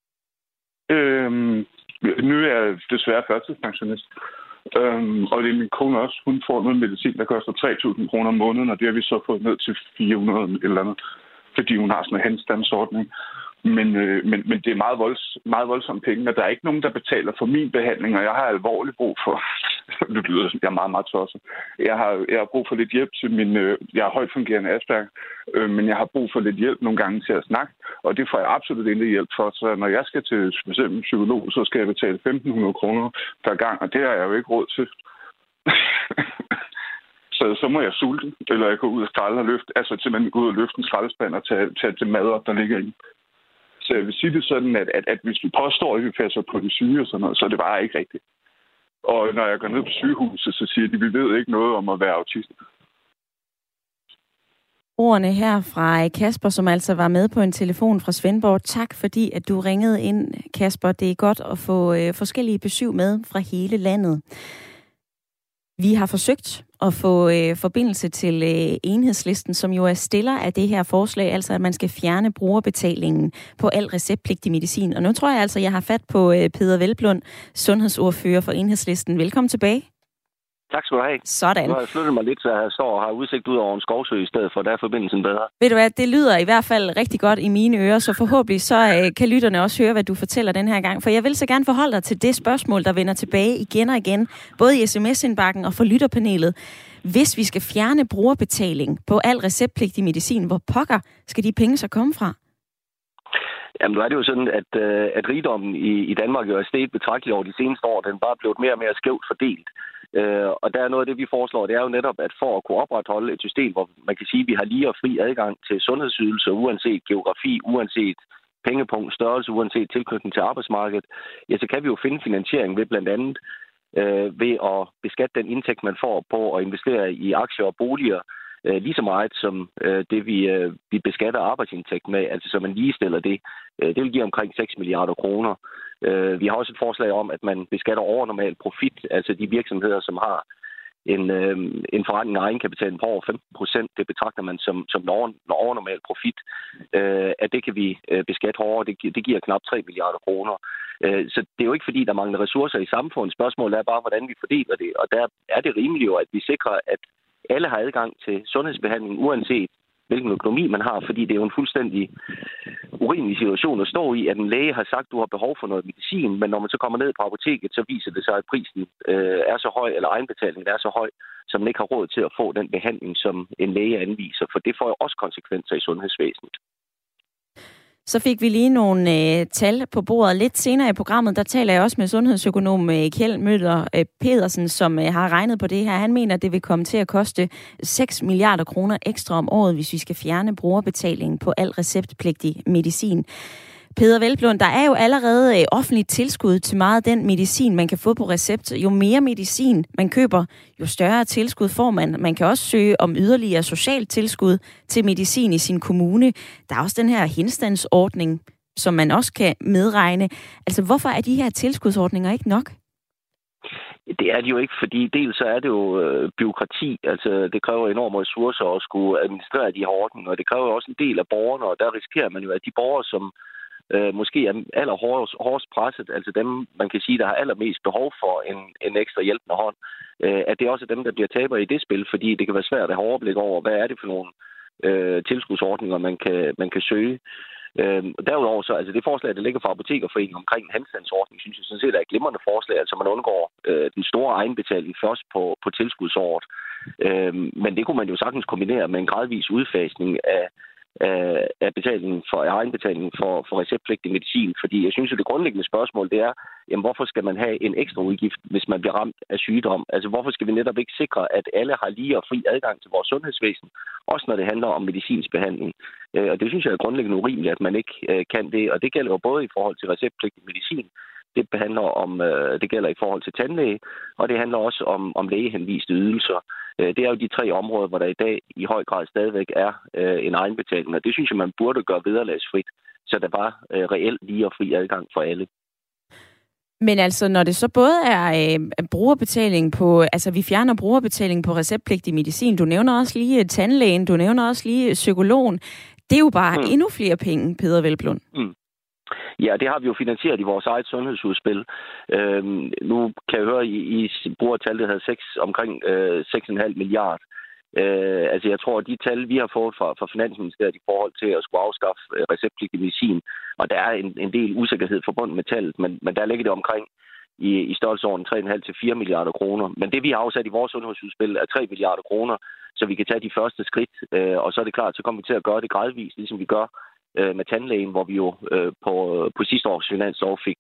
Øhm, nu er jeg desværre førtidspensionist. Øhm, og det er min kone også. Hun får noget medicin, der koster tre tusind kroner om måneden, og det har vi så fået ned til fire hundrede eller andet, fordi hun har sådan en henstandsordning. Men, øh, men, men det er meget, volds, meget voldsomme penge, og der er ikke nogen, der betaler for min behandling, og jeg har alvorligt brug for... Det lyder, jeg er meget, meget tosset. Jeg har, jeg har brug for lidt hjælp til min... Øh, jeg har højt fungerende Asperger, øh, men jeg har brug for lidt hjælp nogle gange til at snakke, og det får jeg absolut ikke hjælp for. Så når jeg skal til for eksempel en psykolog, så skal jeg betale femten hundrede kroner per gang, og det har jeg jo ikke råd til. Så, så må jeg sulte, eller jeg går ud og skralde og løfte, altså simpelthen gå ud og løfte en skraldespand og tage, tage til mad op, der ligger i. Så jeg vil sige det sådan, at, at, at hvis vi påstår, at vi passer på de syge og sådan noget, så er det bare ikke rigtigt. Og når jeg går ned på sygehuset, så siger de, at vi ved ikke noget om at være autist. Ordene her fra Kasper, som altså var med på en telefon fra Svendborg. Tak fordi, at du ringede ind, Kasper. Det er godt at få øh, forskellige besøg med fra hele landet. Vi har forsøgt at få øh, forbindelse til øh, Enhedslisten, som jo er stiller af det her forslag, altså at man skal fjerne brugerbetalingen på al receptpligtig medicin. Og nu tror jeg altså, at jeg har fat på øh, Peder Hvelplund, sundhedsordfører for Enhedslisten. Velkommen tilbage. Tak skal du have. Sådan. Nu har jeg flyttet mig lidt, så jeg står og har udsigt ud over en skovsø i stedet for, der er forbindelsen bedre. Ved du hvad, det lyder i hvert fald rigtig godt i mine ører, så forhåbentlig så øh, kan lytterne også høre, hvad du fortæller den her gang. For jeg vil så gerne forholde dig til det spørgsmål, der vender tilbage igen og igen, både i sms-indbakken og for lytterpanelet. Hvis vi skal fjerne brugerbetaling på al receptpligtig medicin, hvor pokker skal de penge så komme fra? Jamen, nu er det jo sådan, at, øh, at rigdommen i, i Danmark jo er steget betragteligt over de seneste år. Den er bare blevet mere og mere skævt fordelt. Øh, og der er noget af det, vi foreslår, det er jo netop, at for at kunne opretholde et system, hvor man kan sige, at vi har lige og fri adgang til sundhedsydelser, uanset geografi, uanset pengepunkt, størrelse, uanset tilknytning til arbejdsmarkedet, ja, så kan vi jo finde finansiering ved blandt andet øh, ved at beskatte den indtægt, man får på at investere i aktier og boliger, øh, lige så meget som øh, det, vi, øh, vi beskatter arbejdsindtægt med, altså så man ligestiller det. Øh, det vil give omkring seks milliarder kroner. Vi har også et forslag om, at man beskatter overnormal profit, altså de virksomheder, som har en, øh, en forretning af egenkapitalen på over femten procent. Det betragter man som, som overnormal profit. Øh, at det kan vi øh, beskatte hårdere. Det, det giver knap tre milliarder kroner. Øh, så det er jo ikke, fordi der mangler ressourcer i samfundet. Spørgsmålet er bare, hvordan vi fordeler det. Og der er det rimeligt jo, at vi sikrer, at alle har adgang til sundhedsbehandling, uanset hvilken økonomi man har, fordi det er jo en fuldstændig urimelig situation at stå i, at en læge har sagt, at du har behov for noget medicin, men når man så kommer ned på apoteket, så viser det sig, at prisen øh, er så høj, eller egenbetalingen er så høj, så man ikke har råd til at få den behandling, som en læge anviser, for det får jo også konsekvenser i sundhedsvæsenet. Så fik vi lige nogle øh, tal på bordet. Lidt senere i programmet, der taler jeg også med sundhedsøkonom øh, Kjeld Møller øh, Pedersen, som øh, har regnet på det her. Han mener, at det vil komme til at koste seks milliarder kroner ekstra om året, hvis vi skal fjerne brugerbetalingen på al receptpligtig medicin. Peder Hvelplund, der er jo allerede øh, offentligt tilskud til meget af den medicin, man kan få på recept. Jo mere medicin man køber, jo større tilskud får man. Man kan også søge om yderligere socialt tilskud til medicin i sin kommune. Der er også den her henstandsordning, som man også kan medregne. Altså, hvorfor er de her tilskudsordninger ikke nok? Det er de jo ikke, fordi dels så er det jo øh, byråkrati. Altså, det kræver enorme ressourcer at skulle administrere de her ordninger, og det kræver også en del af borgerne, og der risikerer man jo, at de borgere, som Øh, måske er allerhårdest hårdest presset, altså dem, man kan sige, der har allermest behov for en, en ekstra hjælpende hånd, øh, at det også er dem, der bliver taber i det spil, fordi det kan være svært at have overblik over, hvad er det for nogle øh, tilskudsordninger, man kan, man kan søge. Øh, derudover så, altså det forslag, der ligger fra Apotekerforeningen omkring en henstandsordning, synes jeg sådan set er et glimrende forslag, altså man undgår øh, den store egenbetaling først på, på tilskudsåret. Øh, men det kunne man jo sagtens kombinere med en gradvis udfasning af af betalingen for af egenbetalingen for, for receptpligtig medicin. Fordi jeg synes, at det grundlæggende spørgsmål, det er, jamen, hvorfor skal man have en ekstra udgift, hvis man bliver ramt af sygdom? Altså, hvorfor skal vi netop ikke sikre, at alle har lige og fri adgang til vores sundhedsvæsen, også når det handler om medicinsk behandling? Og det synes jeg er grundlæggende urimeligt, at man ikke kan det. Og det gælder jo både i forhold til receptpligtig medicin, det handler om, det gælder i forhold til tandlæge, og det handler også om, om lægehenviste ydelser. Det er jo de tre områder, hvor der i dag i høj grad stadigvæk er en egenbetaling, og det synes jeg, man burde gøre vederlagsfrit, så der var reelt lige og fri adgang for alle. Men altså, når det så både er øh, brugerbetaling på, altså vi fjerner brugerbetaling på receptpligtig medicin, du nævner også lige tandlægen, du nævner også lige psykologen, det er jo bare mm. endnu flere penge, Peder Hvelplund. Mm. Ja, det har vi jo finansieret i vores eget sundhedsudspil. Øhm, nu kan jeg høre, at I, I bruger et tal, der hedder seks, omkring øh, seks komma fem milliarder. Øh, altså jeg tror, at de tal, vi har fået fra, fra Finansministeriet i forhold til at skulle afskaffe øh, receptpligtig medicin, og der er en, en del usikkerhed forbundet med tallet, men, men der ligger det omkring i, i størrelsesorden tre komma fem til fire milliarder kroner. Men det, vi har afsat i vores sundhedsudspil, er tre milliarder kroner, så vi kan tage de første skridt, øh, og så er det klart, så kommer vi til at gøre det gradvist, ligesom vi gør med tandlægen, hvor vi jo øh, på, på sidste års finansår fik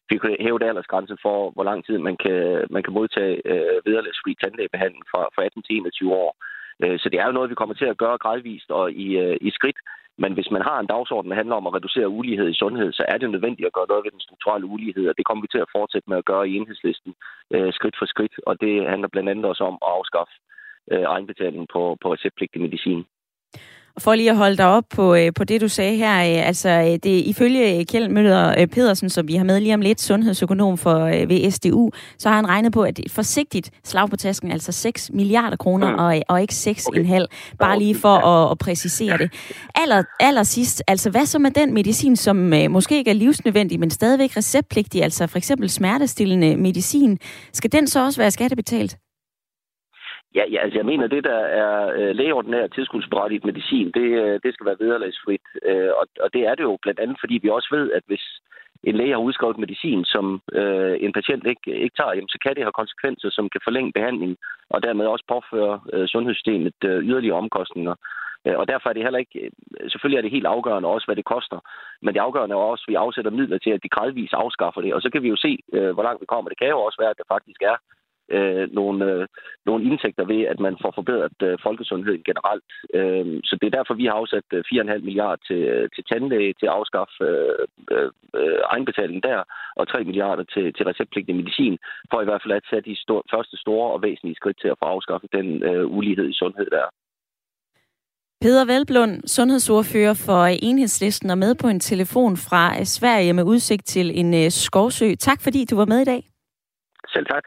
fik hævet aldersgrænse for, hvor lang tid man kan, man kan modtage øh, vederlagsfri tandlægebehandling fra, fra atten til enogtyve år. Øh, så det er jo noget, vi kommer til at gøre gradvist og i, øh, i skridt. Men hvis man har en dagsorden, der handler om at reducere ulighed i sundhed, så er det nødvendigt at gøre noget ved den strukturelle ulighed, og det kommer vi til at fortsætte med at gøre i Enhedslisten øh, skridt for skridt. Og det handler blandt andet også om at afskaffe øh, egenbetaling på, på receptpligtig medicin. For lige at holde dig op på, på det, du sagde her, altså det ifølge Kjeld Møller Pedersen, som vi har med lige om lidt, sundhedsøkonom for ved S D U, så har han regnet på, at forsigtigt slag på tasken, altså seks milliarder kroner, mm. og, og ikke seks komma fem. Okay. Bare lige for at, at præcisere det. Aller, aller sidst, altså hvad så med den medicin, som måske ikke er livsnødvendig, men stadigvæk receptpligtig, altså for eksempel smertestillende medicin, skal den så også være skattebetalt? Ja, ja, altså jeg mener, det der er øh, lægeordinær tilskudsberettiget medicin, det, øh, det skal være vederlagsfrit. Øh, og, og det er det jo blandt andet, fordi vi også ved, at hvis en læge har udskrevet medicin, som øh, en patient ikke, ikke tager, jamen, så kan det have konsekvenser, som kan forlænge behandlingen, og dermed også påføre øh, sundhedssystemet øh, yderligere omkostninger. Øh, og derfor er det heller ikke, selvfølgelig er det helt afgørende også, hvad det koster, men det afgørende er også, at vi afsætter midler til, at de gradvist afskaffer det, og så kan vi jo se, øh, hvor langt vi kommer. Det kan jo også være, at der faktisk er Øh, nogle, øh, nogle indtægter ved, at man får forbedret øh, folkesundheden generelt. Øh, så det er derfor, vi har afsat øh, fire komma fem milliarder til, til tandlæge, til at afskaffe øh, øh, egenbetaling der, og tre milliarder til, til receptpligtig medicin, for i hvert fald at tage de store, første store og væsentlige skridt til at få afskaffet den øh, ulighed i sundhed der. Peder Hvelplund, sundhedsordfører for Enhedslisten, og med på en telefon fra Sverige med udsigt til en øh, skovsø. Tak fordi du var med i dag. Selv tak.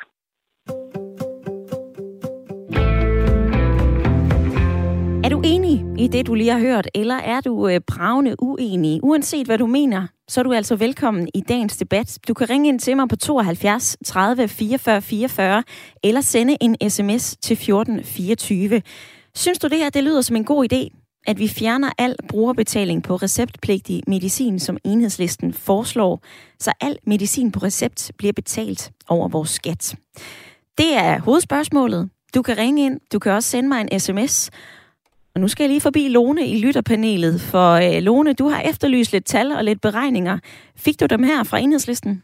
Er du enig i det, du lige har hørt, eller er du øh, bravende uenig? Uanset hvad du mener, så er du altså velkommen i dagens debat. Du kan ringe ind til mig på tooghalvfjerds tredive fireogfyrre fireogfyrre, eller sende en sms til fjorten fireogtyve. Synes du det her, det lyder som en god idé, at vi fjerner al brugerbetaling på receptpligtig medicin, som Enhedslisten foreslår, så al medicin på recept bliver betalt over vores skat? Det er hovedspørgsmålet. Du kan ringe ind, du kan også sende mig en sms. Og nu skal jeg lige forbi Lone i lytterpanelet, for øh, Lone, du har efterlyst lidt tal og lidt beregninger. Fik du dem her fra Enhedslisten?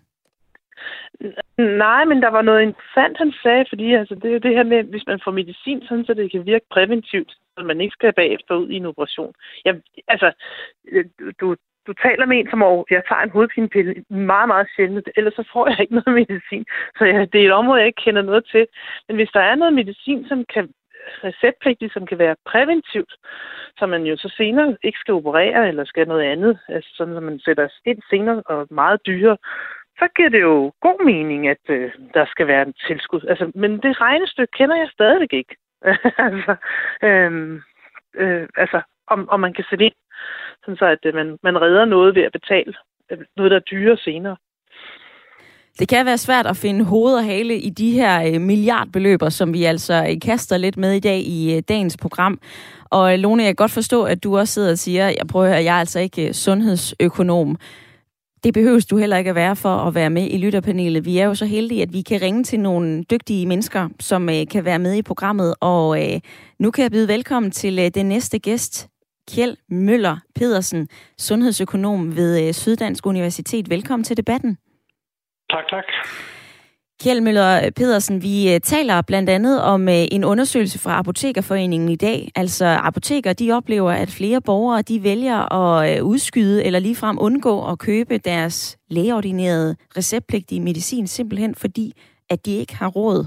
Nej, men der var noget interessant, han sagde, fordi altså, det er jo det her med, hvis man får medicin, sådan, så det kan virke præventivt, så man ikke skal bagefter ud i en operation. Jeg, altså, du, du taler med en, som over, jeg tager en hovedpinepille meget, meget sjældent, ellers så får jeg ikke noget medicin. Så ja, det er et område, jeg ikke kender noget til. Men hvis der er noget medicin, som kan receptpligtigt, som kan være præventivt, så man jo så senere ikke skal operere eller skal noget andet, altså sådan, at man sætter ind senere og meget dyrere, så giver det jo god mening, at øh, der skal være en tilskud. Altså, men det regnestykke kender jeg stadigvæk ikke. altså, øh, øh, altså om, om man kan sætte ind, sådan så at man, man redder noget ved at betale noget, der er dyrere senere. Det kan være svært at finde hoved og hale i de her milliardbeløber, som vi altså kaster lidt med i dag i dagens program. Og Lone, jeg kan godt forstå, at du også sidder og siger, jeg prøver at høre, jeg er altså ikke sundhedsøkonom. Det behøves du heller ikke at være for at være med i lytterpanelet. Vi er jo så heldige, at vi kan ringe til nogle dygtige mennesker, som kan være med i programmet. Og nu kan jeg byde velkommen til den næste gæst, Kjeld Møller Pedersen, sundhedsøkonom ved Syddansk Universitet. Velkommen til debatten. Tak, tak. Kjeld Møller Pedersen, vi taler blandt andet om en undersøgelse fra Apotekerforeningen i dag. Altså apoteker, de oplever, at flere borgere, de vælger at udskyde eller ligefrem undgå at købe deres lægeordinerede receptpligtige medicin, simpelthen fordi, at de ikke har råd.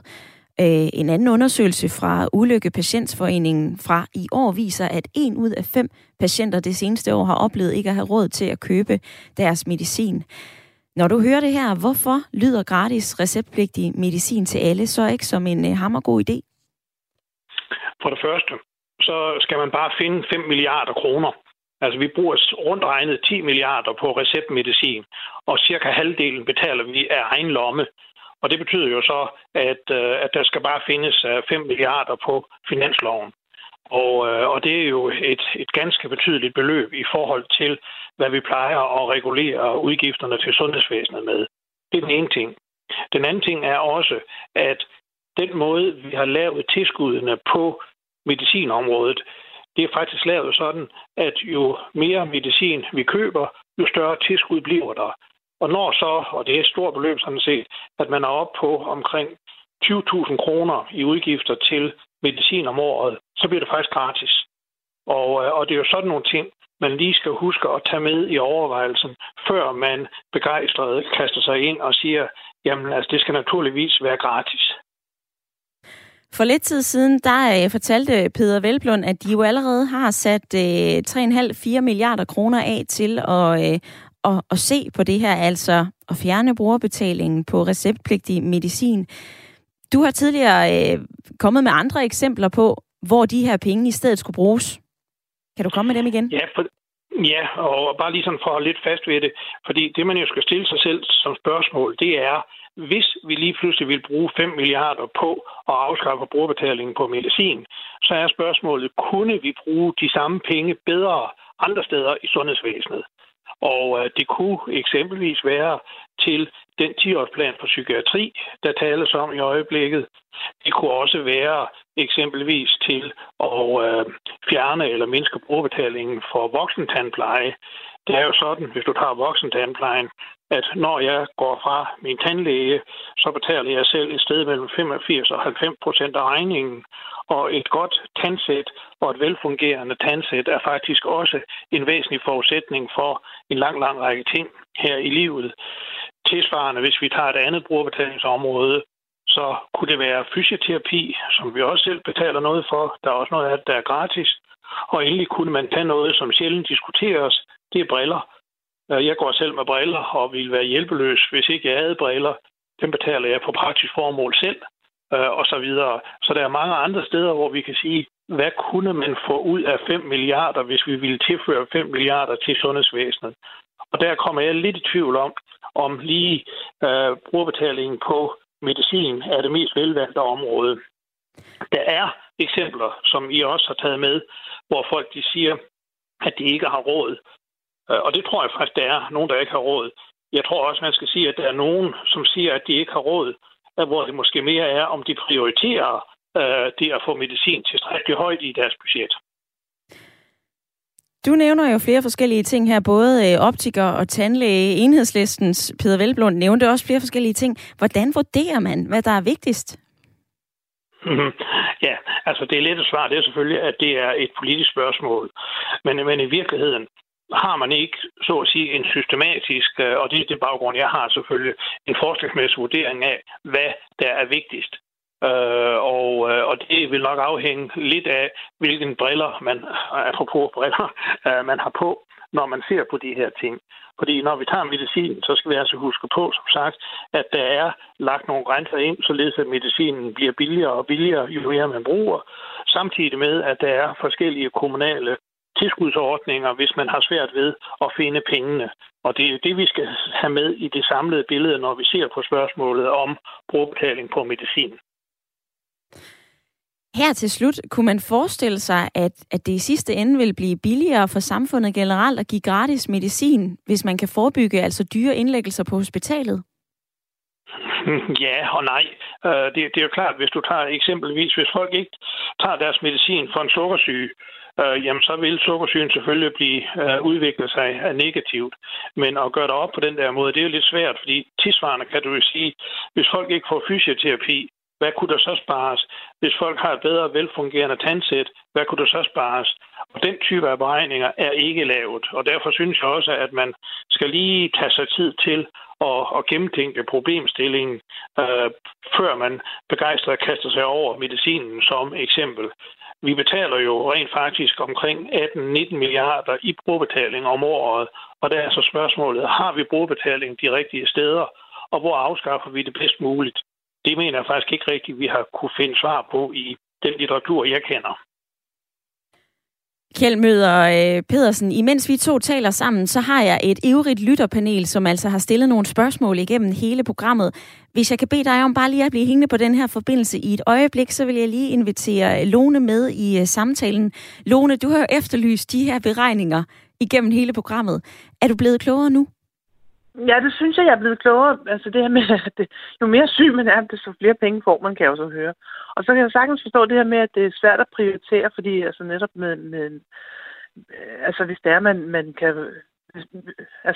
En anden undersøgelse fra Ulykke Patientforeningen fra i år viser, at en ud af fem patienter det seneste år har oplevet ikke at have råd til at købe deres medicin. Når du hører det her, hvorfor lyder gratis receptpligtig medicin til alle så ikke som en uh, hammergod idé? For det første, så skal man bare finde fem milliarder kroner. Altså vi bruger rundt regnet ti milliarder på receptmedicin, og cirka halvdelen betaler vi af egen lomme. Og det betyder jo så, at, uh, at der skal bare findes uh, fem milliarder på finansloven. Og, uh, og det er jo et, et ganske betydeligt beløb i forhold til, hvad vi plejer at regulere udgifterne til sundhedsvæsenet med. Det er den ene ting. Den anden ting er også, at den måde, vi har lavet tilskuddene på medicinområdet, det er faktisk lavet sådan, at jo mere medicin vi køber, jo større tilskud bliver der. Og når så, og det er et stort beløb sådan set, at man er oppe på omkring tyve tusind kroner i udgifter til medicin om året, så bliver det faktisk gratis. Og, og det er jo sådan nogle ting, man lige skal huske at tage med i overvejelsen, før man begejstret kaster sig ind og siger, jamen altså, det skal naturligvis være gratis. For lidt tid siden, der øh, fortalte Peder Hvelplund, at de jo allerede har sat øh, tre komma fem til fire milliarder kroner af til at, øh, at, at se på det her, altså at fjerne brugerbetalingen på receptpligtig medicin. Du har tidligere øh, kommet med andre eksempler på, hvor de her penge i stedet skulle bruges. Kan du komme med dem igen? Ja, for, ja, og bare lige sådan for at holde lidt fast ved det, fordi det, man jo skal stille sig selv som spørgsmål, det er, hvis vi lige pludselig vil bruge fem milliarder på at afskaffe brugerbetalingen på medicin, så er spørgsmålet, kunne vi bruge de samme penge bedre andre steder i sundhedsvæsenet? Og øh, det kunne eksempelvis være til den ti-årsplan for psykiatri, der tales om i øjeblikket. Det kunne også være eksempelvis til at øh, fjerne eller mindske brugerbetalingen for voksentandpleje. Det er jo sådan, hvis du tager voksentandplejen, at når jeg går fra min tandlæge, så betaler jeg selv et sted mellem femogfirs og halvfems procent af regningen. Og et godt tandsæt og et velfungerende tandsæt er faktisk også en væsentlig forudsætning for en lang, lang række ting her i livet. Tilsvarende, hvis vi tager et andet brugerbetalingsområde, så kunne det være fysioterapi, som vi også selv betaler noget for. Der er også noget af det, der er gratis. Og endelig kunne man tage noget, som sjældent diskuteres. Det er briller. Jeg går selv med briller og ville være hjælpeløs, hvis ikke jeg havde briller. Dem betaler jeg på praktisk formål selv, og så videre. Så der er mange andre steder, hvor vi kan sige, hvad kunne man få ud af fem milliarder, hvis vi ville tilføre fem milliarder til sundhedsvæsenet? Og der kommer jeg lidt i tvivl om, om lige øh, brugerbetalingen på medicin er det mest velvalgte område. Der er eksempler, som I også har taget med, hvor folk de siger, at de ikke har råd. Og det tror jeg faktisk, der er nogen, der ikke har råd. Jeg tror også, man skal sige, at der er nogen, som siger, at de ikke har råd, hvor det måske mere er, om de prioriterer øh, det at få medicin tilstrækkeligt højt i deres budget. Du nævner jo flere forskellige ting her, både optiker og tandlæge. Enhedslistens Peder Hvelplund nævnte også flere forskellige ting. Hvordan vurderer man, hvad der er vigtigst? Mm-hmm. Ja, altså det er lidt at svare, det er selvfølgelig, at det er et politisk spørgsmål. Men, men i virkeligheden har man ikke, så at sige, en systematisk, og det er det baggrund, jeg har selvfølgelig, en forskningsmæssig vurdering af, hvad der er vigtigst. Øh, og, og det vil nok afhænge lidt af, hvilken briller man, apropos briller, øh, man har på, når man ser på de her ting. Fordi når vi tager medicin, så skal vi altså huske på, som sagt, at der er lagt nogle grænser ind, således at medicinen bliver billigere og billigere, jo mere man bruger. Samtidig med, at der er forskellige kommunale tilskudsordninger, hvis man har svært ved at finde pengene. Og det er det, vi skal have med i det samlede billede, når vi ser på spørgsmålet om brugerbetaling på medicin. Her til slut, kunne man forestille sig, at, at det i sidste ende vil blive billigere for samfundet generelt at give gratis medicin, hvis man kan forebygge altså dyre indlæggelser på hospitalet? Ja og nej. Det, det er jo klart, hvis du tager eksempelvis, hvis folk ikke tager deres medicin for en sukkersyge, øh, jamen så vil sukkersygen selvfølgelig blive øh, udviklet sig negativt. Men at gøre det op på den der måde, det er jo lidt svært, fordi tilsvarende kan du jo sige, hvis folk ikke får fysioterapi, hvad kunne der så spares? Hvis folk har et bedre velfungerende tandsæt, hvad kunne der så spares? Og den type af beregninger er ikke lavet, og derfor synes jeg også, at man skal lige tage sig tid til at, at gennemtænke problemstillingen, øh, før man begejstret kaster sig over medicinen som eksempel. Vi betaler jo rent faktisk omkring atten til nitten milliarder i brugerbetaling om året, og der er så spørgsmålet, har vi brugerbetaling de rigtige steder, og hvor afskaffer vi det bedst muligt? Det mener jeg faktisk ikke rigtigt, vi har kunne finde svar på i den litteratur, jeg kender. Kjeld Møder øh, Pedersen, imens vi to taler sammen, så har jeg et ivrigt lytterpanel, som altså har stillet nogle spørgsmål igennem hele programmet. Hvis jeg kan bede dig om bare lige at blive hængende på den her forbindelse i et øjeblik, så vil jeg lige invitere Lone med i uh, samtalen. Lone, du har jo efterlyst de her beregninger igennem hele programmet. Er du blevet klogere nu? Ja, det synes jeg, jeg er blevet klogere. Altså det her med, at det, jo mere syg man er, desto flere penge får man, kan jeg også høre. Og så kan jeg sagtens forstå det her med, at det er svært at prioritere, fordi altså netop med, med altså hvis det er, man, man kan altså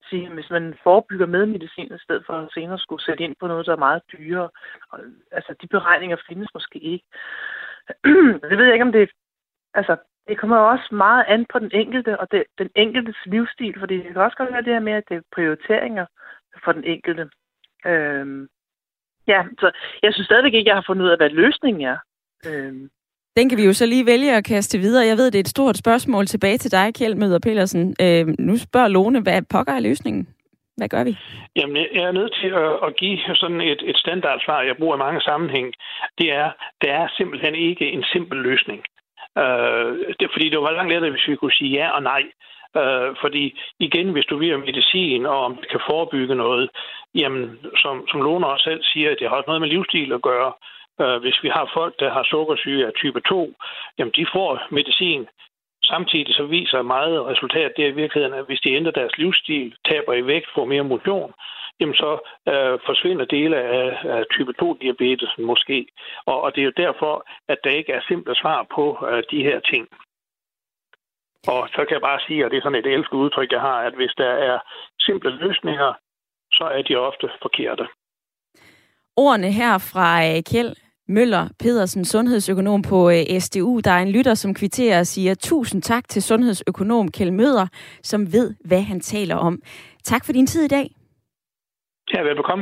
sige, hvis man forebygger med medicin i stedet for at senere skulle sætte ind på noget, der er meget dyrere. Og, altså, de beregninger findes måske ikke. Det ved jeg ikke, om det... Altså, det kommer også meget an på den enkelte, og det, den enkeltes livsstil, fordi det kan også godt være det her med, at det er prioriteringer for den enkelte. Øhm, ja, så jeg synes stadigvæk ikke, jeg har fundet ud af, hvad løsningen er. Øhm. Den kan vi jo så lige vælge at kaste videre. Jeg ved, det er et stort spørgsmål tilbage til dig, Kjeld Møller Petersen. Øhm, nu spørger Lone, hvad pokker er løsningen? Hvad gør vi? Jamen, jeg er nødt til at, at give sådan et, et standardsvar, jeg bruger i mange sammenhæng. Det er, der er simpelthen ikke en simpel løsning. Uh, det, fordi det var langt lettere, hvis vi kunne sige ja og nej. Uh, fordi igen, hvis du vil medicin, og om det kan forebygge noget, jamen, som, som Lone også selv siger, det har også noget med livsstil at gøre. Uh, hvis vi har folk, der har sukkersyge af type to, jamen, de får medicin. Samtidig så viser meget resultat, det er i virkeligheden, at hvis de ændrer deres livsstil, taber i vægt, får mere motion, jamen så øh, forsvinder dele af, af type to-diabetes måske. Og, og det er jo derfor, at der ikke er simple svar på øh, de her ting. Og så kan jeg bare sige, at det er sådan et elsket udtryk, jeg har, at hvis der er simple løsninger, så er de ofte forkerte. Ordene her fra Kjeld Møller Pedersen, sundhedsøkonom på S D U. Der er en lytter, som kvitterer og siger tusind tak til sundhedsøkonom Kjeld Møller, som ved, hvad han taler om. Tak for din tid i dag. Ja, velbekomme.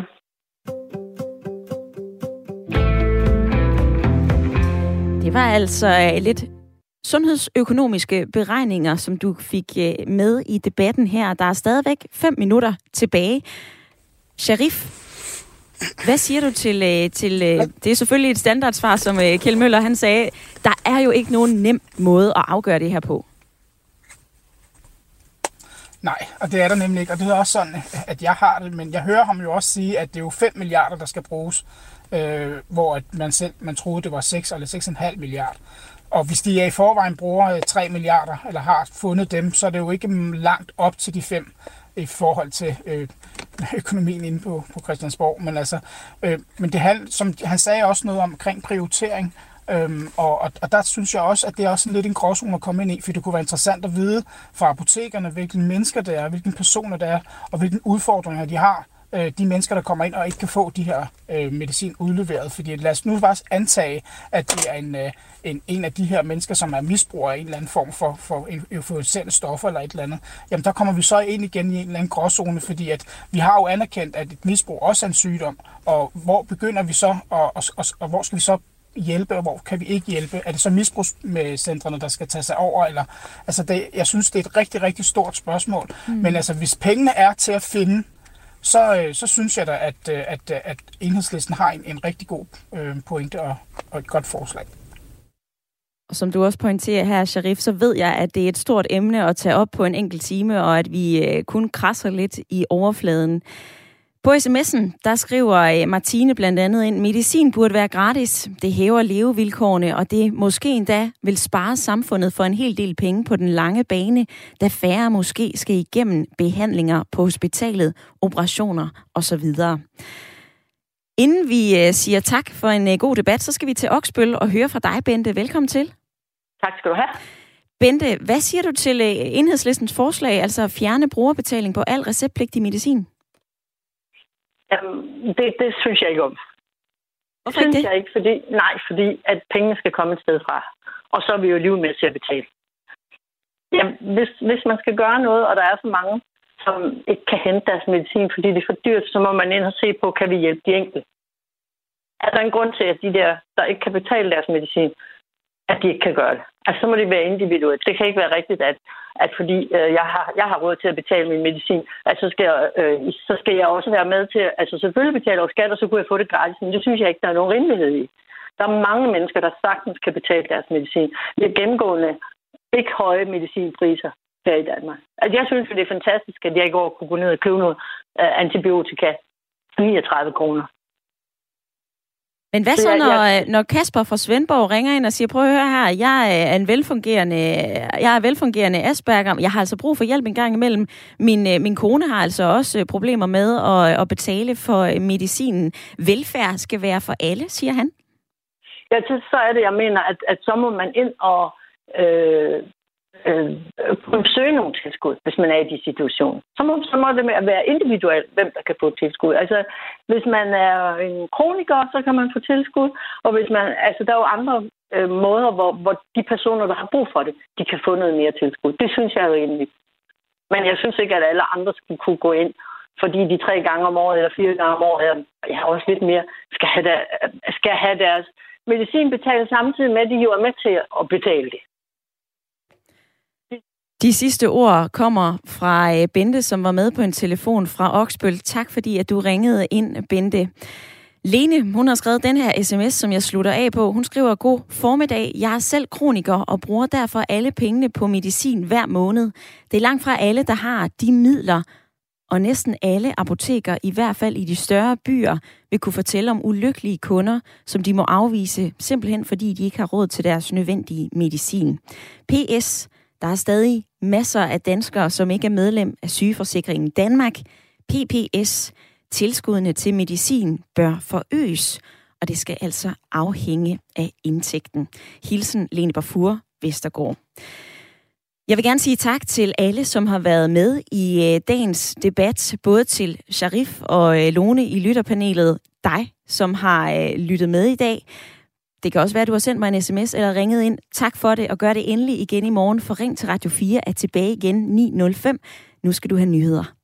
Det var altså lidt sundhedsøkonomiske beregninger, som du fik med i debatten her. Der er stadigvæk fem minutter tilbage. Sharif, hvad siger du til, til det er selvfølgelig et standardsvar, som Kjeld Møller han sagde, der er jo ikke nogen nem måde at afgøre det her på. Nej, og det er der nemlig ikke, og det er også sådan, at jeg har det, men jeg hører ham jo også sige, at det er jo fem milliarder, der skal bruges, øh, hvor at man selv man troede, det var seks eller seks komma fem milliarder. Og hvis de er i forvejen bruger tre milliarder, eller har fundet dem, så er det jo ikke langt op til de fem i forhold til øh, økonomien inde på, på Christiansborg. Men, altså, øh, men det, han, som, han sagde også noget omkring prioritering, Øhm, og, og, og der synes jeg også, at det er også lidt en gråzone at komme ind i, for det kunne være interessant at vide fra apotekerne, hvilke mennesker det er, hvilke personer det er, og hvilke udfordringer de har, øh, de mennesker, der kommer ind og ikke kan få de her øh, medicin udleveret. Fordi lad os nu bare antage, at det er en, øh, en, en af de her mennesker, som er misbruger af en eller anden form for, for euforiserende stoffer eller et eller andet. Jamen der kommer vi så ind igen i en eller anden gråzone, fordi at vi har jo anerkendt, at et misbrug også er en sygdom, og hvor begynder vi så, og, og, og, og hvor skal vi så hjælpe, og hvor kan vi ikke hjælpe? Er det så misbrugscentrene, der skal tage sig over? Eller, altså det, jeg synes, det er et rigtig, rigtig stort spørgsmål. Mm. Men altså, hvis pengene er til at finde, så, så synes jeg da, at, at, at Enhedslisten har en, en rigtig god øh, pointe og, og et godt forslag. Og som du også pointerer her, Sharif, så ved jeg, at det er et stort emne at tage op på en enkelt time, og at vi øh, kun krasser lidt i overfladen. På sms'en, der skriver Martine blandt andet ind, medicin burde være gratis. Det hæver levevilkårene, og det måske endda vil spare samfundet for en hel del penge på den lange bane, da færre måske skal igennem behandlinger på hospitalet, operationer osv. Inden vi siger tak for en god debat, så skal vi til Oksbøl og høre fra dig, Bente. Velkommen til. Tak skal du have. Bente, hvad siger du til Enhedslistens forslag, altså at fjerne brugerbetaling på al receptpligtig medicin? Jamen, det, det synes jeg ikke om. Hvorfor synes ikke det? Jeg ikke, fordi, nej, fordi at pengene skal komme et sted fra. Og så er vi jo lige med til at betale. Jamen, hvis, hvis man skal gøre noget, og der er så mange, som ikke kan hente deres medicin, fordi det er for dyrt, så må man ind og se på, kan vi hjælpe de enkelte. Er der en grund til, at de der, der ikke kan betale deres medicin, at de ikke kan gøre det? Altså, så må det være individuelt. Det kan ikke være rigtigt, at, at fordi øh, jeg, har, jeg har råd til at betale min medicin, at så skal, jeg, øh, så skal jeg også være med til, altså selvfølgelig betale over skat, og så kunne jeg få det gratis, men det synes jeg ikke, der er nogen rimelighed i. Der er mange mennesker, der sagtens kan betale deres medicin. Vi har gennemgående ikke høje medicinpriser her i Danmark. Altså, jeg synes, det er fantastisk, at jeg i går kunne gå ned og købe noget øh, antibiotika for niogtredive kroner. Men hvad så, når, når Kasper fra Svendborg ringer ind og siger, prøv at høre her, jeg er en velfungerende, jeg er velfungerende Asperger, jeg har altså brug for hjælp en gang imellem. Min, min kone har altså også problemer med at, at betale for medicinen. Velfærd skal være for alle, siger han. Ja, så er det, jeg mener, at, at så må man ind og øh, øh, kunne søge nogle tilskud, hvis man er i de situationer. Så må, så må det være individuelt, hvem der kan få tilskud. Altså, hvis man er en kroniker, så kan man få tilskud, og hvis man, altså, der er jo andre øh, måder, hvor, hvor de personer, der har brug for det, de kan få noget mere tilskud. Det synes jeg er rimeligt. Men jeg synes ikke, at alle andre skulle kunne gå ind, fordi de tre gange om året eller fire gange om året, jeg har også lidt mere, skal have, der, skal have deres medicin betalt samtidig med, at de jo er med til at betale det. De sidste ord kommer fra Bente, som var med på en telefon fra Oksbøl. Tak fordi, at du ringede ind, Bente. Lene, hun har skrevet den her sms, som jeg slutter af på. Hun skriver, god formiddag. Jeg er selv kroniker og bruger derfor alle pengene på medicin hver måned. Det er langt fra alle, der har de midler, og næsten alle apoteker, i hvert fald i de større byer, vil kunne fortælle om ulykkelige kunder, som de må afvise, simpelthen fordi de ikke har råd til deres nødvendige medicin. P S. Der er stadig masser af danskere, som ikke er medlem af Sygeforsikringen Danmark. P P S. Tilskuddene til medicin bør forøges, og det skal altså afhænge af indtægten. Hilsen Lene Barfur, Vestergaard. Jeg vil gerne sige tak til alle, som har været med i dagens debat, både til Sharif og Lone i lytterpanelet. Dig, som har lyttet med i dag. Det kan også være, at du har sendt mig en sms eller ringet ind. Tak for det, og gør det endelig igen i morgen, for Ring til Radio fire er tilbage igen ni nul fem. Nu skal du have nyheder.